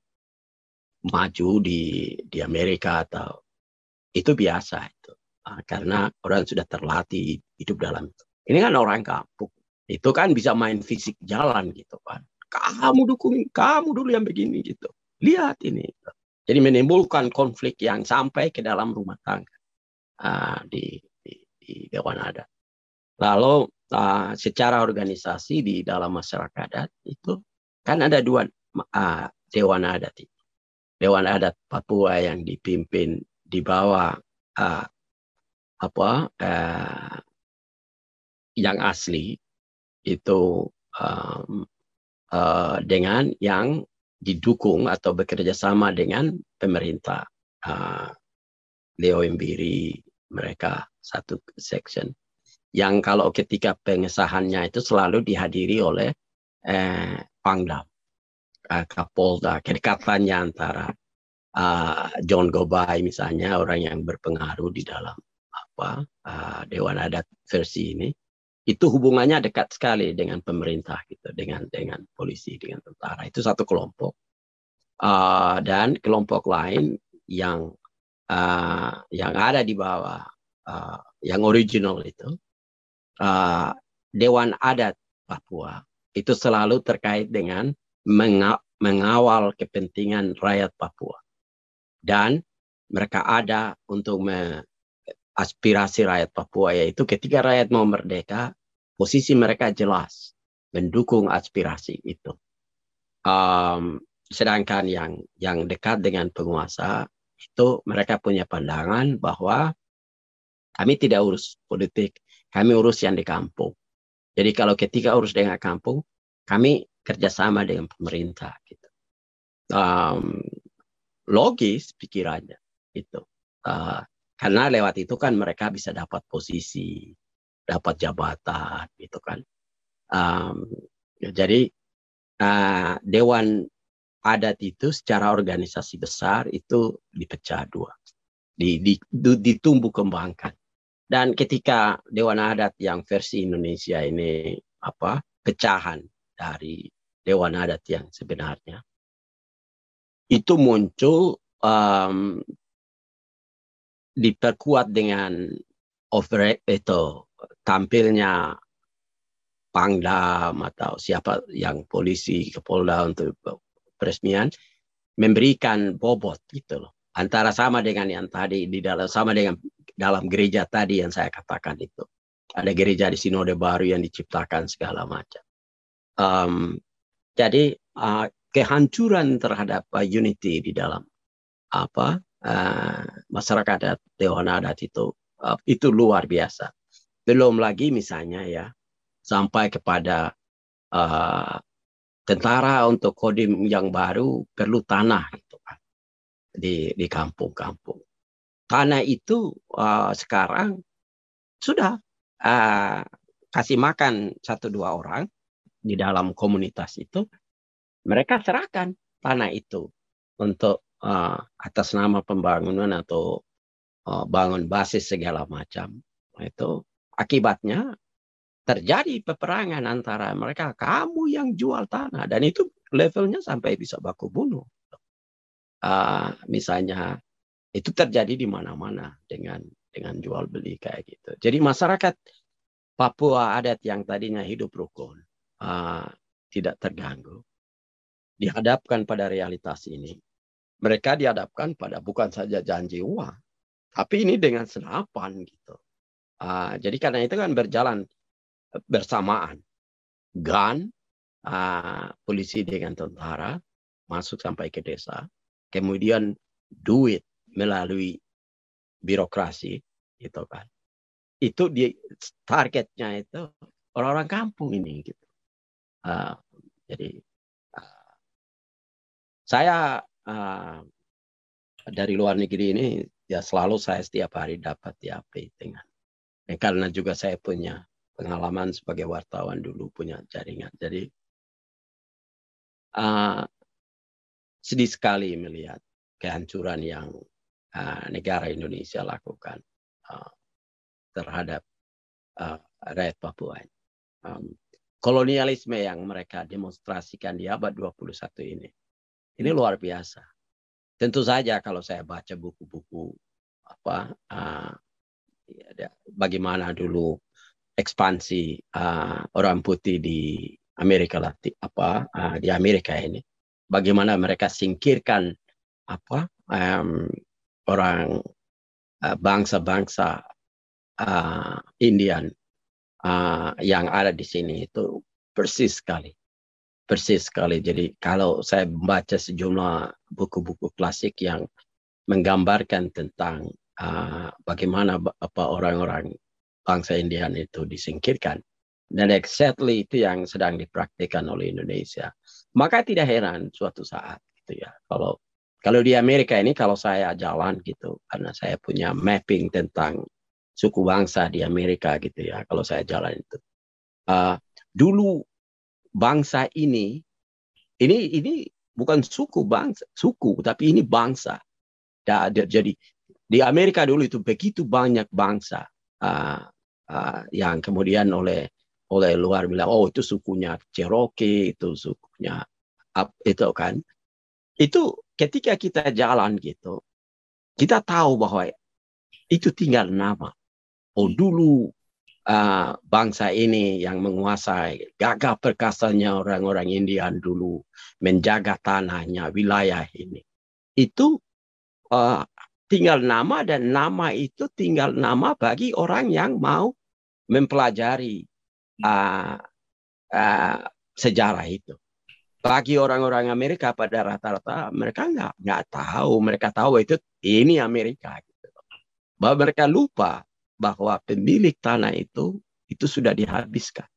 maju di di Amerika atau itu biasa itu. Uh, karena orang sudah terlatih hidup dalam itu. Ini kan orang kampung. Itu kan bisa main fisik jalan gitu kan. Kamu dukung, kamu dulu yang begini gitu. Lihat ini. Jadi menimbulkan konflik yang sampai ke dalam rumah tangga uh, di, di, di Dewan Adat. Lalu uh, secara organisasi di dalam masyarakat adat itu kan ada dua uh, Dewan Adat itu. Dewan Adat Papua yang dipimpin di bawah uh, apa uh, yang asli itu um, uh, dengan yang didukung atau bekerja sama dengan pemerintah. Uh, Leo Mbiri, mereka satu section. Yang kalau ketika pengesahannya itu selalu dihadiri oleh eh, Pangdam, uh, Kapolda, kedekatannya antara uh, John Gobai misalnya, orang yang berpengaruh di dalam apa uh, Dewan Adat versi ini, itu hubungannya dekat sekali dengan pemerintah gitu, dengan dengan polisi, dengan tentara. Itu satu kelompok. Uh, dan kelompok lain yang uh, yang ada di bawah uh, yang original itu uh, Dewan Adat Papua itu selalu terkait dengan menga mengawal kepentingan rakyat Papua, dan mereka ada untuk aspirasi rakyat Papua, yaitu ketika rakyat mau merdeka, posisi mereka jelas mendukung aspirasi itu. Um, sedangkan yang yang dekat dengan penguasa itu mereka punya pandangan bahwa kami tidak urus politik, kami urus yang di kampung. Jadi kalau ketika urus dengan kampung, kami kerjasama dengan pemerintah. Gitu. Um, logis pikirannya itu. Uh, karena lewat itu kan mereka bisa dapat posisi, dapat jabatan, gitu kan. Um, jadi uh, Dewan Adat itu secara organisasi besar itu dipecah dua, di, di, ditumbuh kembangkan. Dan ketika Dewan Adat yang versi Indonesia ini apa pecahan dari Dewan Adat yang sebenarnya, itu muncul um, diperkuat dengan over itu tampilnya Pangdam atau siapa yang polisi Kapolda untuk peresmian memberikan bobot gitu loh, antara sama dengan yang tadi di dalam sama dengan dalam gereja tadi yang saya katakan itu. Ada gereja di Sinode Baru yang diciptakan segala macam. Um, jadi uh, kehancuran terhadap uh, unity di dalam apa uh, masyarakat Dewan Adat itu uh, itu luar biasa. Belum lagi misalnya ya sampai kepada uh, tentara untuk Kodim yang baru perlu tanah gitu kan di di kampung-kampung. Tanah itu uh, sekarang sudah uh, kasih makan satu dua orang di dalam komunitas itu, mereka serahkan tanah itu untuk uh, atas nama pembangunan atau uh, bangun basis segala macam. Itu akibatnya terjadi peperangan antara mereka. Kamu yang jual tanah, dan itu levelnya sampai bisa baku bunuh. Uh, misalnya itu terjadi di mana-mana dengan dengan jual beli kayak gitu. Jadi masyarakat Papua adat yang tadinya hidup rukun, uh, tidak terganggu, dihadapkan pada realitas ini. Mereka dihadapkan pada bukan saja janji uang, tapi ini dengan senapan gitu. Uh, jadi karena itu kan berjalan bersamaan. Gun, uh, polisi dengan tentara masuk sampai ke desa. Kemudian duit melalui birokrasi, gitu kan. Itu di targetnya itu orang-orang kampung ini gitu. Uh, jadi uh, saya uh, dari luar negeri ini ya selalu saya setiap hari dapat di update dengan. Dan karena juga saya punya pengalaman sebagai wartawan dulu, punya jaringan. Jadi uh, sedih sekali melihat kehancuran yang uh, negara Indonesia lakukan uh, terhadap uh, rakyat Papua. Um, kolonialisme yang mereka demonstrasikan di abad dua puluh satu ini, ini luar biasa. Tentu saja kalau saya baca buku-buku apa uh, ya, bagaimana dulu ekspansi uh, orang putih di Amerika Latin, apa uh, di Amerika ini, bagaimana mereka singkirkan apa um, orang uh, bangsa-bangsa uh, Indian uh, yang ada di sini, itu persis sekali, persis sekali. Jadi kalau saya membaca sejumlah buku-buku klasik yang menggambarkan tentang uh, bagaimana apa orang-orang bangsa Indian itu disingkirkan, dan exactly itu yang sedang dipraktikkan oleh Indonesia. Maka tidak heran suatu saat gitu ya, kalau kalau di Amerika ini, kalau saya jalan gitu, karena saya punya mapping tentang suku bangsa di Amerika gitu ya, kalau saya jalan itu uh, dulu bangsa ini ini ini bukan suku bangsa suku tapi ini bangsa. Da, da, jadi di Amerika dulu itu begitu banyak bangsa uh, uh, yang kemudian oleh oleh luar bilang, oh itu sukunya Cherokee, itu sukunya up, itu kan. Itu ketika kita jalan gitu, kita tahu bahwa itu tinggal nama. Oh dulu uh, bangsa ini yang menguasai, gagah perkasanya orang-orang Indian dulu menjaga tanahnya, wilayah ini. Itu uh, tinggal nama, dan nama itu tinggal nama bagi orang yang mau mempelajari uh, uh, sejarah itu. Bagi orang-orang Amerika pada rata-rata mereka nggak nggak tahu, mereka tahu itu ini Amerika. Gitu. Bahwa mereka lupa bahwa pemilik tanah itu itu sudah dihabiskan.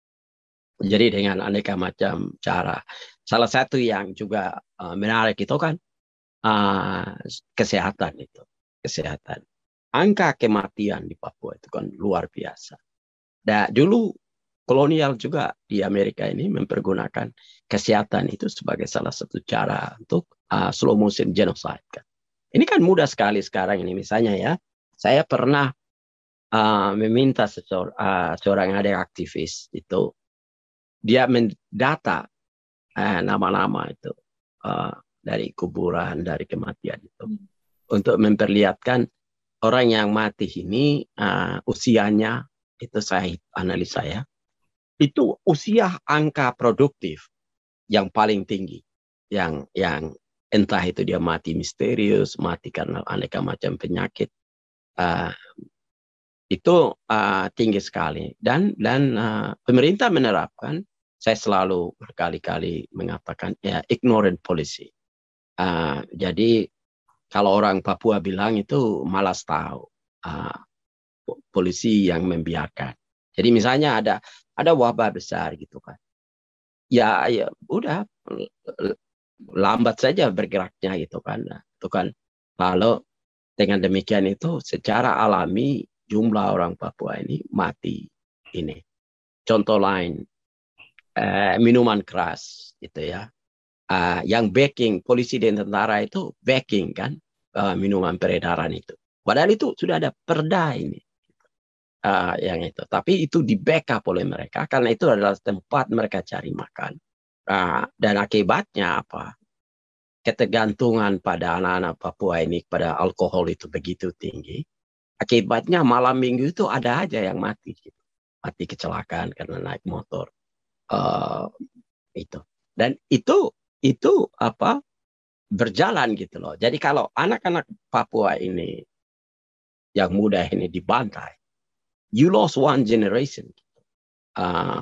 Jadi dengan aneka macam cara. Salah satu yang juga uh, menarik itu kan uh, kesehatan itu, kesehatan. Angka kematian di Papua itu kan luar biasa. Dan dulu kolonial juga di Amerika ini mempergunakan kesehatan itu sebagai salah satu cara untuk uh, slow motion genocide. Kan. Ini kan mudah sekali sekarang ini. Misalnya ya, saya pernah uh, meminta seseor, uh, seorang ada aktivis itu, dia mendata uh, nama-nama itu uh, dari kuburan, dari kematian itu, hmm. untuk memperlihatkan orang yang mati ini uh, usianya, itu saya analisa ya, itu usia angka produktif yang paling tinggi, yang yang entah itu dia mati misterius, mati karena aneka macam penyakit, uh, itu uh, tinggi sekali. Dan dan uh, pemerintah menerapkan, saya selalu berkali-kali mengatakan ya, ignorant policy. Uh, jadi kalau orang Papua bilang itu malas tahu, uh, polisi yang membiarkan. Jadi misalnya ada ada wabah besar gitu kan. Ya ya udah lambat saja bergeraknya gitu kan. Nah, itu kan kalau dengan demikian itu secara alami jumlah orang Papua ini mati ini. Contoh lain eh, minuman keras gitu ya. Uh, yang backing polisi dan tentara itu backing kan uh, minuman peredaran itu. Padahal itu sudah ada perda ini. uh, yang itu. Tapi itu di backup oleh mereka karena itu adalah tempat mereka cari makan. Uh, dan akibatnya apa? Ketergantungan pada anak-anak Papua ini pada alkohol itu begitu tinggi. Akibatnya malam minggu itu ada aja yang mati, gitu. Mati kecelakaan karena naik motor. Uh, itu. Dan itu itu apa? Berjalan gitu loh. Jadi kalau anak-anak Papua ini yang muda ini dibantai, you lost one generation. Uh,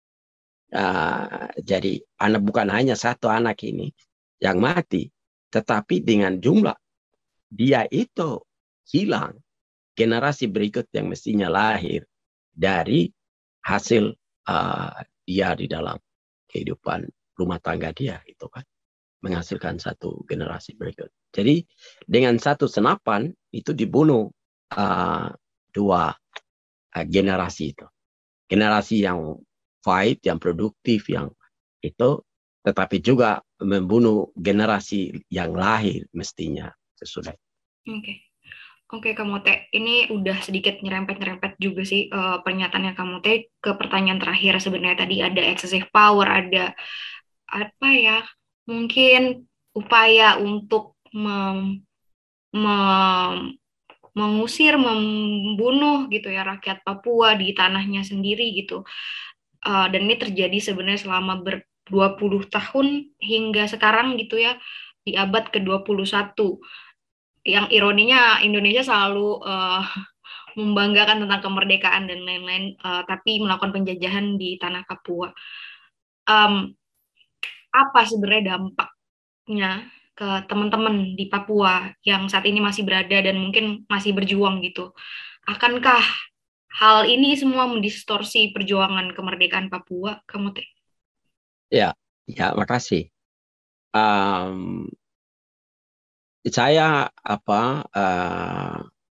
uh, jadi anak bukan hanya satu anak ini yang mati, tetapi dengan jumlah dia itu hilang generasi berikut yang mestinya lahir dari hasil uh, dia di dalam kehidupan rumah tangga dia itu kan. Menghasilkan satu generasi berikut. Jadi dengan satu senapan itu dibunuh uh, dua uh, generasi itu. Generasi yang fight, yang produktif, yang itu, tetapi juga membunuh generasi yang lahir mestinya sesudah. Oke, okay. Oke, okay, Kamote. Ini udah sedikit nyerempet-nyerempet juga sih uh, pernyataannya Kamote ke pertanyaan terakhir. Sebenarnya tadi ada excessive power, ada apa ya? Mungkin upaya untuk mem, mem, mengusir, membunuh gitu ya rakyat Papua di tanahnya sendiri gitu. Uh, dan ini terjadi sebenarnya selama ber dua puluh tahun hingga sekarang gitu ya, di abad ke dua puluh satu. Yang ironinya Indonesia selalu uh, membanggakan tentang kemerdekaan dan lain-lain, uh, tapi melakukan penjajahan di tanah Papua. Um, apa sebenarnya dampaknya ke teman-teman di Papua yang saat ini masih berada dan mungkin masih berjuang gitu? Akankah hal ini semua mendistorsi perjuangan kemerdekaan Papua, kamu teh? Ya, ya, makasih. Um, saya apa? Uh,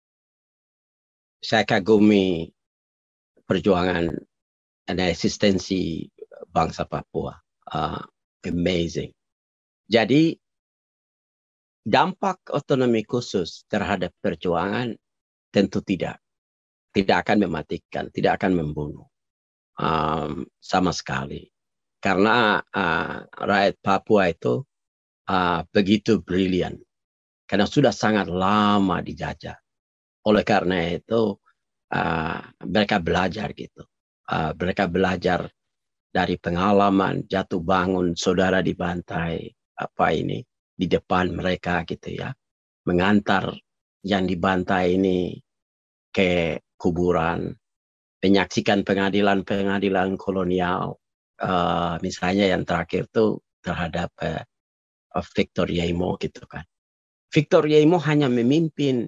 saya kagumi perjuangan dan eksistensi bangsa Papua. Uh, amazing. Jadi dampak otonomi khusus terhadap perjuangan tentu tidak. Tidak akan mematikan, tidak akan membunuh. Um, sama sekali. Karena uh, rakyat Papua itu uh, begitu brilian. Karena sudah sangat lama dijajah. Oleh karena itu uh, mereka belajar gitu. Uh, mereka belajar dari pengalaman jatuh bangun saudara dibantai apa ini di depan mereka gitu ya, mengantar yang dibantai ini ke kuburan, menyaksikan pengadilan-pengadilan kolonial, uh, misalnya yang terakhir tuh terhadap uh, Victor Yemo gitu kan. Victor Yemo hanya memimpin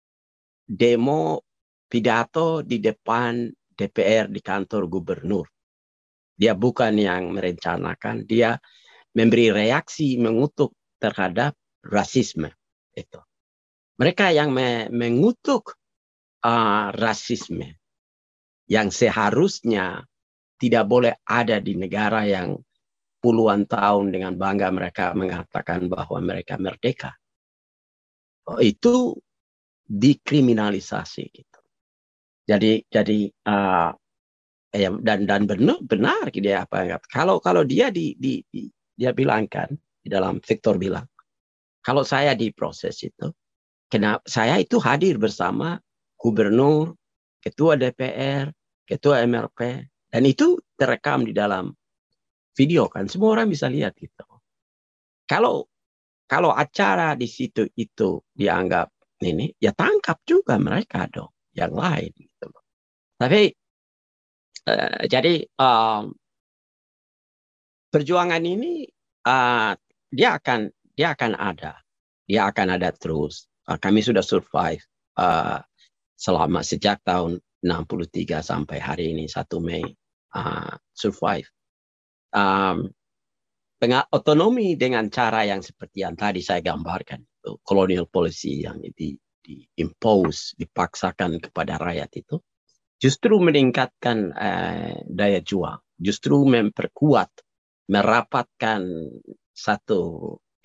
demo pidato di depan D P R di kantor gubernur. Dia bukan yang merencanakan, dia memberi reaksi mengutuk terhadap rasisme itu. Mereka yang me mengutuk uh, rasisme yang seharusnya tidak boleh ada di negara yang puluhan tahun dengan bangga mereka mengatakan bahwa mereka merdeka. Oh, itu dikriminalisasi gitu. Jadi jadi uh, ya, dan dan benar benar dia apa kalau kalau dia di, di, di dia bilangkan di dalam Victor bilang kalau saya di proses itu kenapa saya itu hadir bersama gubernur, ketua D P R, ketua M R P dan itu terekam di dalam video kan semua orang bisa lihat gitu. Kalau kalau acara di situ itu dianggap ini ya tangkap juga mereka dong yang lain gitu. Tapi uh, jadi um, perjuangan ini uh, dia akan dia akan ada, dia akan ada terus. Uh, kami sudah survive uh, selama sejak tahun enam puluh tiga sampai hari ini satu Mei uh, survive. Um, otonomi dengan cara yang seperti yang tadi saya gambarkan, itu, colonial policy yang di, di impose, dipaksakan kepada rakyat itu, justru meningkatkan uh, daya juang, justru memperkuat, merapatkan satu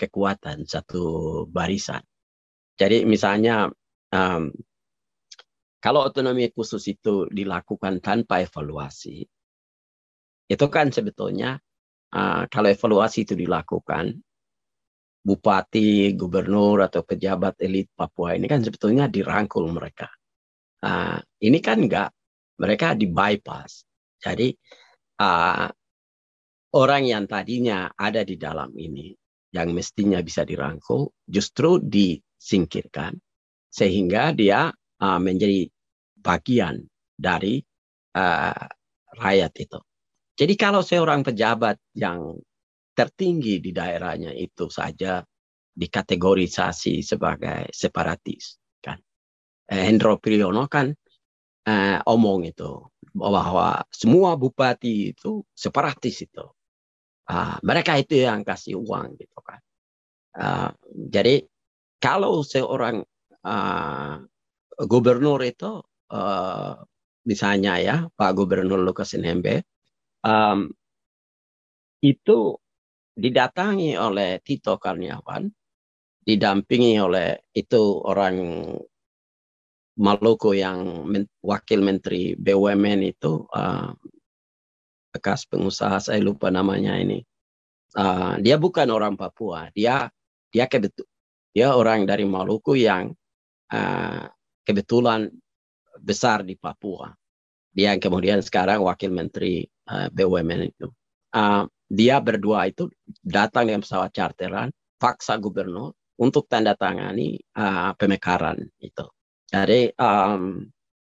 kekuatan, satu barisan. Jadi misalnya um, kalau otonomi khusus itu dilakukan tanpa evaluasi, itu kan sebetulnya uh, kalau evaluasi itu dilakukan, bupati, gubernur, atau pejabat elit Papua ini kan sebetulnya dirangkul mereka. Uh, ini kan enggak, mereka di bypass. Jadi uh, orang yang tadinya ada di dalam ini, yang mestinya bisa dirangkul, justru disingkirkan, sehingga dia uh, menjadi bagian dari uh, rakyat itu. Jadi kalau seorang pejabat yang tertinggi di daerahnya itu saja dikategorisasi sebagai separatis, kan? Hendro Priyono kan eh, omong itu bahwa semua bupati itu separatis itu. Uh, mereka itu yang kasih uang gitu kan. Uh, jadi kalau seorang uh, gubernur itu uh, misalnya ya Pak Gubernur Lukas N M B um, itu didatangi oleh Tito Karniawan, didampingi oleh itu orang Maluku yang men, wakil menteri B U M N itu uh, bekas pengusaha, saya lupa namanya ini. Uh, dia bukan orang Papua, dia dia kebetul dia orang dari Maluku yang uh, kebetulan besar di Papua. Dia yang kemudian sekarang wakil menteri uh, B U M N itu. Uh, dia berdua itu datang dengan pesawat charteran, paksa gubernur untuk tanda tangani uh, pemekaran itu. Jadi um,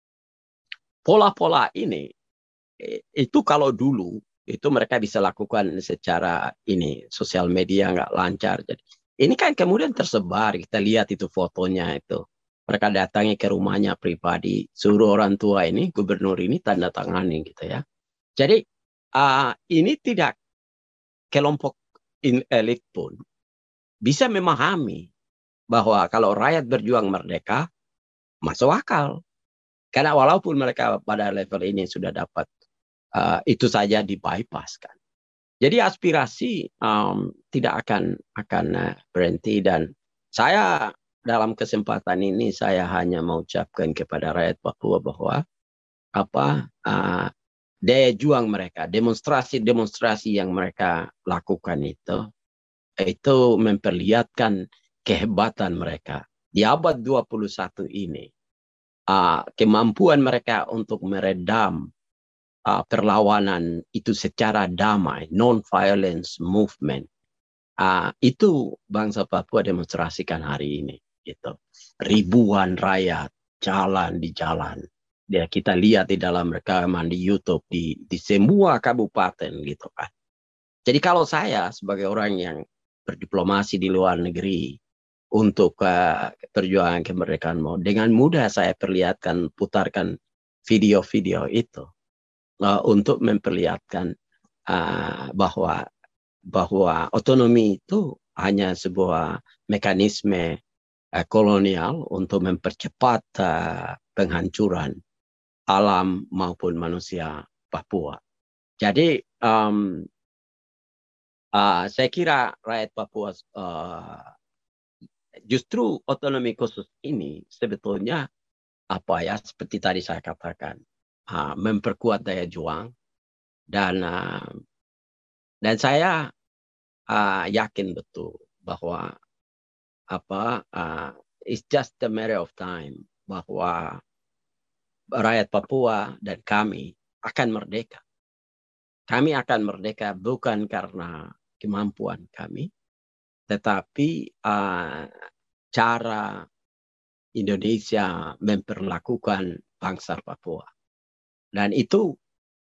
pola-pola ini itu kalau dulu itu mereka bisa lakukan secara ini sosial media nggak lancar. Jadi ini kan kemudian tersebar, kita lihat itu fotonya itu. Mereka datangi ke rumahnya pribadi, suruh orang tua ini, gubernur ini tanda tangani gitu ya. Jadi uh, ini tidak kelompok elit pun bisa memahami bahwa kalau rakyat berjuang merdeka masuk akal. Karena walaupun mereka pada level ini sudah dapat uh, itu saja di bypass kan. Jadi aspirasi um, tidak akan akan uh, berhenti, dan saya dalam kesempatan ini saya hanya mengucapkan kepada rakyat Papua bahwa apa uh, daya juang mereka, demonstrasi-demonstrasi yang mereka lakukan itu itu memperlihatkan kehebatan mereka di abad dua puluh satu ini. Uh, kemampuan mereka untuk meredam uh, perlawanan itu secara damai, non-violence movement, uh, itu bangsa Papua demonstrasikan hari ini. Gitu. Ribuan rakyat jalan di jalan. Ya, kita lihat di dalam rekaman di YouTube di, di semua kabupaten gitu kan. Jadi kalau saya sebagai orang yang berdiplomasi di luar negeri untuk uh, perjuangan kemerdekaan mau, dengan mudah saya perlihatkan, putarkan video-video itu uh, untuk memperlihatkan uh, bahwa bahwa otonomi itu hanya sebuah mekanisme uh, kolonial untuk mempercepat uh, penghancuran alam maupun manusia Papua. Jadi um, uh, saya kira rakyat Papua uh, justru otonomi khusus ini sebetulnya apa ya seperti tadi saya katakan uh, memperkuat daya juang, dan uh, dan saya uh, yakin betul bahwa apa uh, it's just a matter of time bahwa rakyat Papua dan kami akan merdeka. Kami akan merdeka bukan karena kemampuan kami, tetapi uh, cara Indonesia memperlakukan bangsa Papua. Dan itu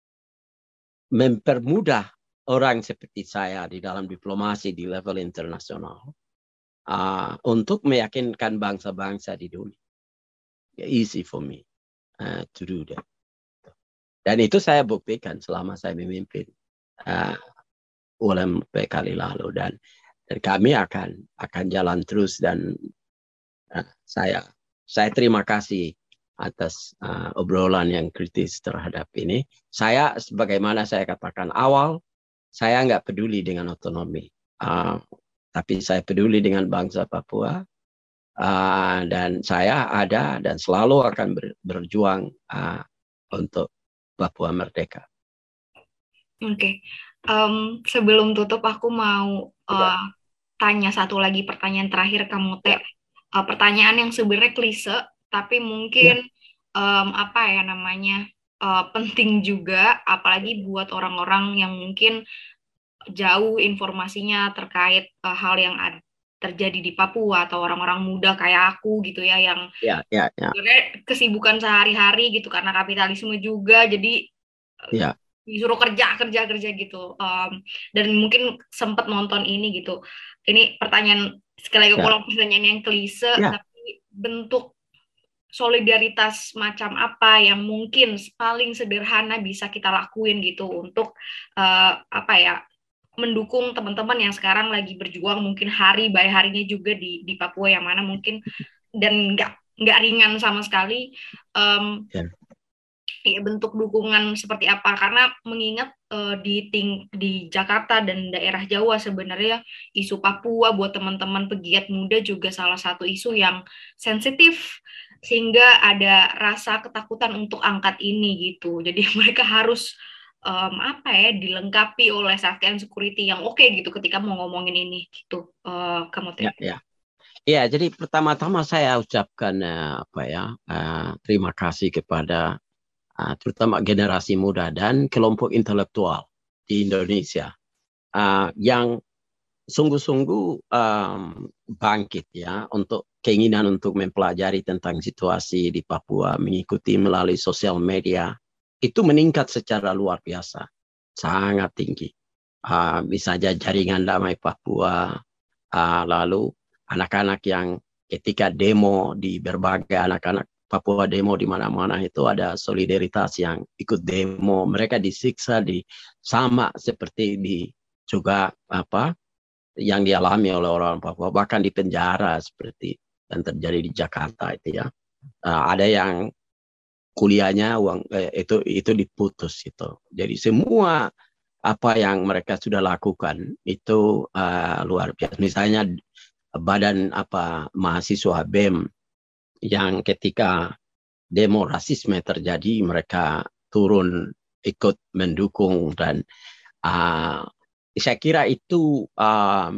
mempermudah orang seperti saya di dalam diplomasi di level internasional uh, untuk meyakinkan bangsa-bangsa di dunia. Easy for me uh, to do that. Dan itu saya buktikan selama saya memimpin uh, U L M P kali lalu, dan, dan kami akan akan jalan terus, dan uh, saya saya terima kasih atas uh, obrolan yang kritis terhadap ini. Saya sebagaimana saya katakan awal, saya nggak peduli dengan otonomi, uh, tapi saya peduli dengan bangsa Papua. Uh, dan saya ada dan selalu akan ber, berjuang uh, untuk Papua merdeka. Oke, okay. um, sebelum tutup aku mau Ya. uh, tanya satu lagi pertanyaan terakhir kamu Teh. Ya. Uh, pertanyaan yang sebenarnya klise, tapi Ya. mungkin um, apa ya namanya uh, penting juga, apalagi buat orang-orang yang mungkin jauh informasinya terkait uh, hal yang ada terjadi di Papua atau orang-orang muda kayak aku gitu ya yang Ya. Ya. Ya. sebenarnya kesibukan sehari-hari gitu karena kapitalisme juga jadi uh, Ya. disuruh kerja kerja kerja gitu um, dan mungkin sempat nonton ini gitu ini pertanyaan sekali lagi Ya. ulang pertanyaan yang klise Ya. tapi bentuk solidaritas macam apa yang mungkin paling sederhana bisa kita lakuin gitu untuk uh, apa ya mendukung teman-teman yang sekarang lagi berjuang mungkin hari by harinya juga di di Papua yang mana mungkin dan nggak nggak ringan sama sekali um, Ya. ya, bentuk dukungan seperti apa karena mengingat uh, di ting di Jakarta dan daerah Jawa sebenarnya isu Papua buat teman-teman pegiat muda juga salah satu isu yang sensitif sehingga ada rasa ketakutan untuk angkat ini gitu jadi mereka harus um, apa ya dilengkapi oleh safety and security yang oke okay, gitu ketika mau ngomongin ini gitu uh, kamu teh. Ya. Ya. Ya, jadi pertama-tama saya ucapkan uh, apa ya uh, terima kasih kepada uh, terutama generasi muda dan kelompok intelektual di Indonesia uh, yang sungguh-sungguh um, bangkit ya untuk keinginan untuk mempelajari tentang situasi di Papua, mengikuti melalui sosial media itu meningkat secara luar biasa, sangat tinggi. Uh, misalnya jaringan damai Papua, uh, lalu anak-anak yang ketika demo di berbagai anak-anak Papua demo di mana-mana itu ada solidaritas yang ikut demo, mereka disiksa di sama seperti di juga apa yang dialami oleh orang Papua, bahkan di penjara seperti yang terjadi di Jakarta itu ya. Uh, ada yang kuliahnya uang eh, itu itu diputus gitu. Jadi semua apa yang mereka sudah lakukan itu uh, luar biasa. Misalnya badan apa mahasiswa B E M yang ketika demo rasisme terjadi mereka turun ikut mendukung dan uh, saya kira itu um,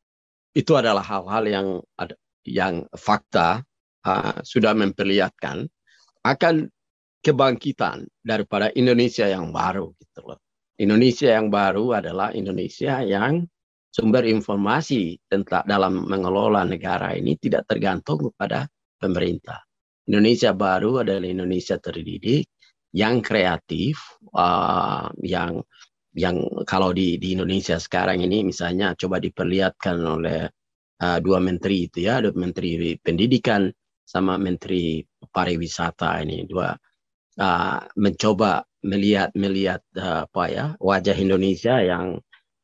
itu adalah hal-hal yang ada, yang fakta uh, sudah memperlihatkan akan kebangkitan daripada Indonesia yang baru gitu loh. Indonesia yang baru adalah Indonesia yang sumber informasi tentang dalam mengelola negara ini tidak tergantung kepada pemerintah. Indonesia baru adalah Indonesia terdidik yang kreatif, uh, yang yang kalau di di Indonesia sekarang ini misalnya coba diperlihatkan oleh uh, dua menteri itu ya, dua menteri pendidikan sama menteri pariwisata ini dua uh, mencoba melihat melihat uh, apa ya wajah Indonesia yang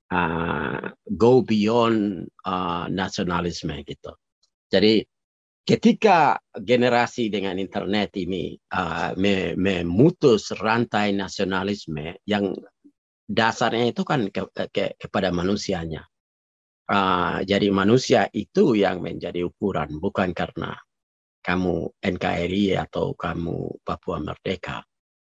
uh, go beyond uh, nasionalisme gitu. Jadi ketika generasi dengan internet ini uh, memutus rantai nasionalisme yang dasarnya itu kan ke, ke, kepada manusianya. Uh, jadi manusia itu yang menjadi ukuran, bukan karena kamu N K R I atau kamu Papua Merdeka.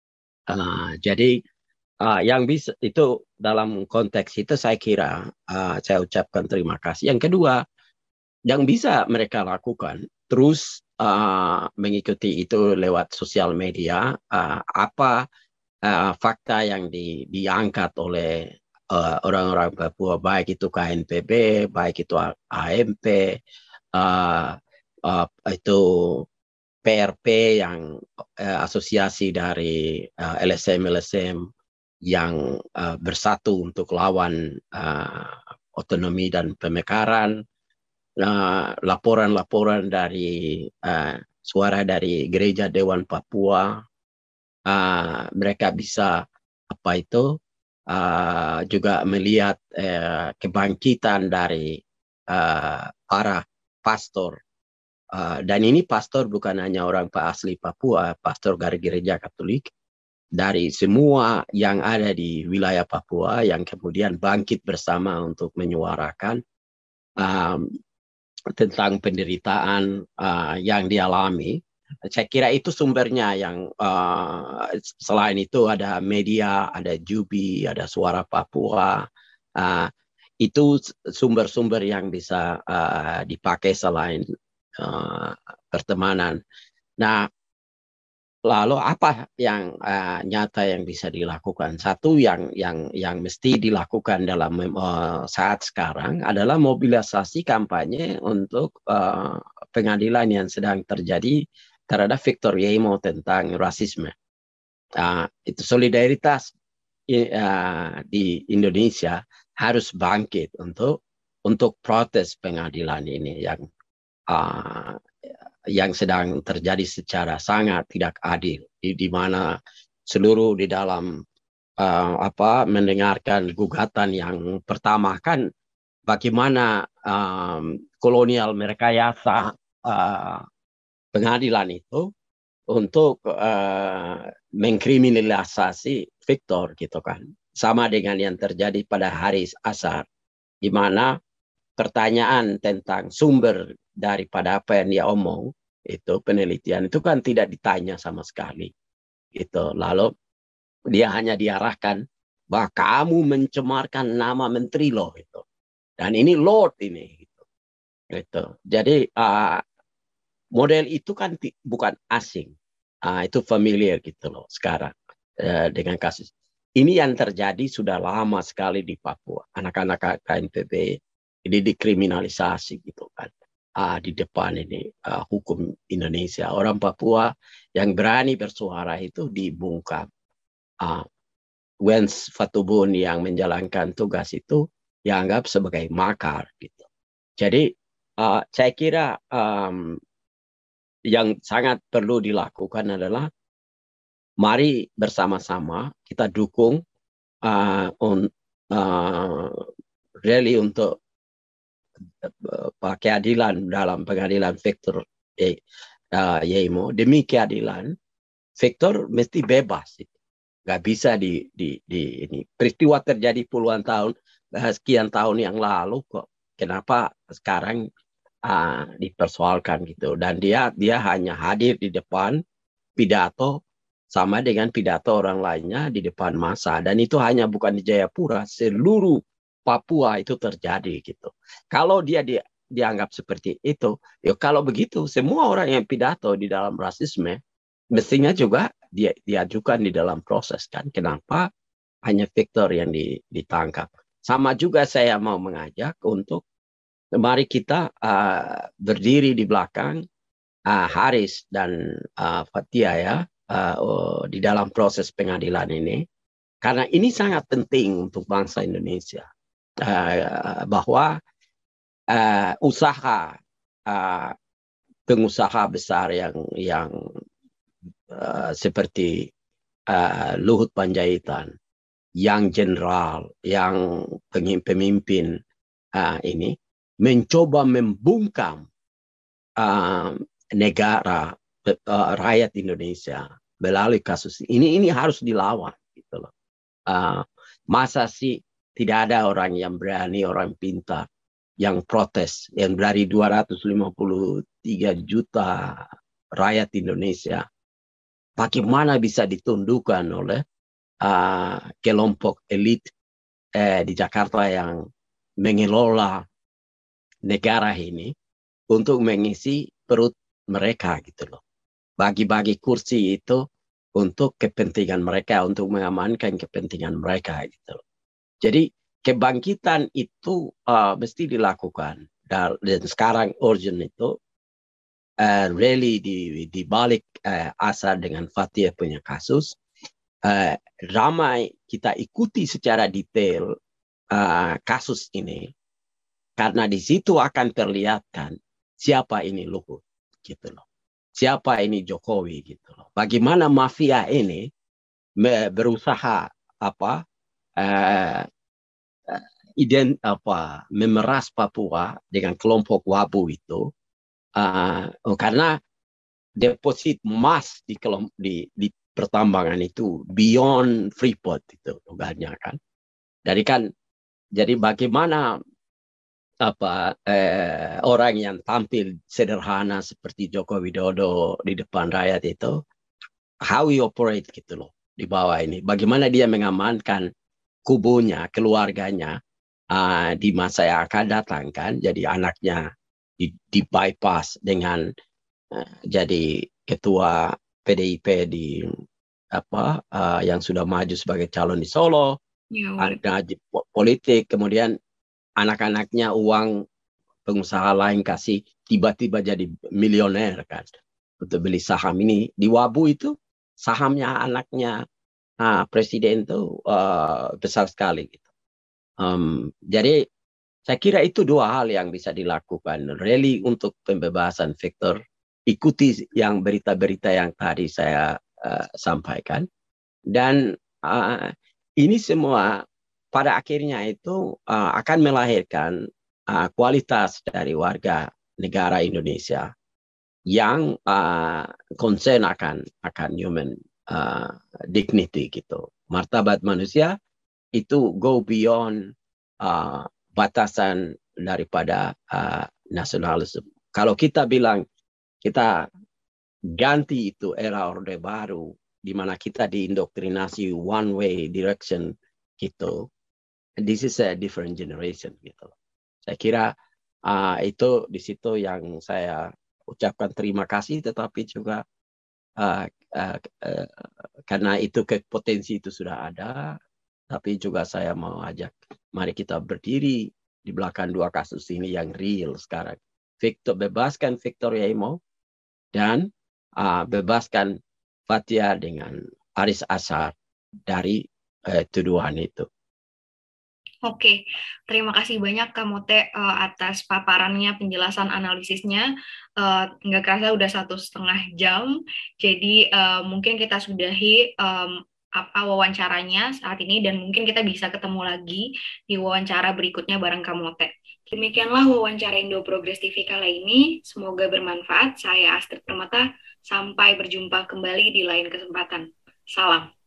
Uh, jadi uh, yang bisa itu dalam konteks itu saya kira uh, saya ucapkan terima kasih. Yang kedua, yang bisa mereka lakukan terus uh, mengikuti itu lewat sosial media uh, apa uh, fakta yang di, diangkat oleh uh, orang-orang Papua baik itu K N P B baik itu A M P uh, uh, itu P R P yang uh, asosiasi dari uh, L S M L S M yang uh, bersatu untuk lawan uh, otonomi dan pemekaran. Uh, laporan-laporan dari uh, suara dari Gereja Dewan Papua, uh, mereka bisa apa itu uh, juga melihat uh, kebangkitan dari uh, para pastor. Uh, dan ini pastor bukan hanya orang asli Papua, pastor dari Gereja Katolik dari semua yang ada di wilayah Papua yang kemudian bangkit bersama untuk menyuarakan um, tentang penderitaan uh, yang dialami. Saya kira itu sumbernya yang uh, selain itu ada media, ada Jubi, ada Suara Papua. Uh, itu sumber-sumber yang bisa uh, dipakai selain uh, pertemanan. Nah, lalu apa yang uh, nyata yang bisa dilakukan? Satu yang yang yang mesti dilakukan dalam uh, saat sekarang adalah mobilisasi kampanye untuk uh, pengadilan yang sedang terjadi terhadap Victor Yemo tentang rasisme. Uh, itu solidaritas uh, di Indonesia harus bangkit untuk untuk protes pengadilan ini yang uh, yang sedang terjadi secara sangat tidak adil, di, di mana seluruh di dalam uh, apa mendengarkan gugatan yang pertama kan bagaimana um, kolonial merekayasa uh, pengadilan itu untuk uh, mengkriminalisasi Victor gitu kan, sama dengan yang terjadi pada Haris Azhar, di mana pertanyaan tentang sumber daripada apa yang dia omong itu penelitian itu kan tidak ditanya sama sekali gitu. Lalu dia hanya diarahkan bahwa kamu mencemarkan nama menteri loh itu, dan ini Lord ini gitu. Gitu. Jadi uh, model itu kan bukan asing, uh, itu familiar gitu loh sekarang uh, dengan kasus ini yang terjadi sudah lama sekali di Papua. Anak-anak K N P B ini dikriminalisasi gitu kan. Uh, di depan ini uh, hukum Indonesia. Orang Papua yang berani bersuara itu dibungkam. Uh, Wens Fatubun yang menjalankan tugas itu dianggap sebagai makar gitu. Jadi uh, saya kira um, yang sangat perlu dilakukan adalah mari bersama-sama kita dukung uh, on, uh, really untuk uh, keadilan dalam pengadilan Victor uh, Yemo. Demi keadilan, Victor mesti bebas. Gak bisa di, di, di ini. Peristiwa terjadi puluhan tahun, sekian tahun yang lalu kok. Kenapa sekarang uh, dipersoalkan gitu? Dan dia dia hanya hadir di depan pidato sama dengan pidato orang lainnya di depan massa. Dan itu hanya bukan di Jayapura, seluruh Papua itu terjadi gitu. Kalau dia di, dianggap seperti itu, ya kalau begitu semua orang yang pidato di dalam rasisme mestinya juga dia diajukan di dalam proses kan. Kenapa hanya Victor yang ditangkap? Sama juga saya mau mengajak untuk mari kita uh, berdiri di belakang uh, Haris dan uh, Fathia ya uh, di dalam proses pengadilan ini, karena ini sangat penting untuk bangsa Indonesia uh, bahwa uh, usaha uh, pengusaha besar yang yang uh, seperti uh, Luhut Panjaitan, yang jenderal, yang pemimpin uh, ini mencoba membungkam uh, negara uh, rakyat Indonesia melalui kasus ini. Ini harus dilawan gitu loh. Uh, masa sih tidak ada orang yang berani, orang pintar yang protes, yang dari dua ratus lima puluh tiga juta rakyat Indonesia bagaimana bisa ditundukkan oleh uh, kelompok elit eh, di Jakarta yang mengelola negara ini untuk mengisi perut mereka gitu loh. Bagi-bagi kursi itu untuk kepentingan mereka, untuk mengamankan kepentingan mereka gitu loh. Jadi kebangkitan itu uh, mesti dilakukan. Dan, dan sekarang urgent itu uh, really di, di balik uh, Azhar dengan Fathia punya kasus, uh, ramai kita ikuti secara detail uh, kasus ini. Karena di situ akan terlihatkan siapa ini Luhut gitu loh. Siapa ini Jokowi gitu loh. Bagaimana mafia ini berusaha apa uh, ident apa memeras Papua dengan kelompok Wabu itu uh, karena deposit emas di di, di pertambangan itu beyond Freeport itu banyak kan. Jadi kan jadi bagaimana apa eh, orang yang tampil sederhana seperti Joko Widodo di depan rakyat itu, how we operate gitu loh di bawah ini. Bagaimana dia mengamankan kubunya, keluarganya uh, di masa yang akan datang kan. Jadi anaknya di, di bypass dengan uh, jadi ketua P D I P di apa uh, yang sudah maju sebagai calon di Solo, Ya, wali. ada politik, kemudian anak-anaknya uang pengusaha lain kasih tiba-tiba jadi milioner kan untuk beli saham ini di Wabu itu sahamnya anaknya ah, presiden itu uh, besar sekali gitu. Um, jadi saya kira itu dua hal yang bisa dilakukan. Rally untuk pembebasan Victor, ikuti yang berita-berita yang tadi saya uh, sampaikan, dan uh, ini semua pada akhirnya itu uh, akan melahirkan uh, kualitas dari warga negara Indonesia yang uh, concern akan akan human uh, dignity gitu. Martabat manusia itu go beyond uh, batasan daripada uh, nasionalisme. Kalau kita bilang kita ganti itu era Orde Baru, di mana kita diindoktrinasi one way direction gitu, this is a different generation gitu. Saya kira uh, itu di situ yang saya ucapkan terima kasih, tetapi juga uh, uh, uh, karena itu ke potensi itu sudah ada, tapi juga saya mau ajak, mari kita berdiri di belakang dua kasus ini yang real sekarang. Victor, bebaskan Victor Yaimo dan uh, bebaskan Fathia dengan Aris Ashar dari uh, tuduhan itu. Oke, terima kasih banyak Kak Mote uh, atas paparannya, penjelasan analisisnya. Uh, nggak kerasa udah satu setengah jam, jadi uh, mungkin kita sudahi um, apa wawancaranya saat ini, dan mungkin kita bisa ketemu lagi di wawancara berikutnya bareng Kak Mote. Demikianlah wawancara Indo Progress T V kali ini. Semoga bermanfaat. Saya Astrid Permata. Sampai berjumpa kembali di lain kesempatan. Salam.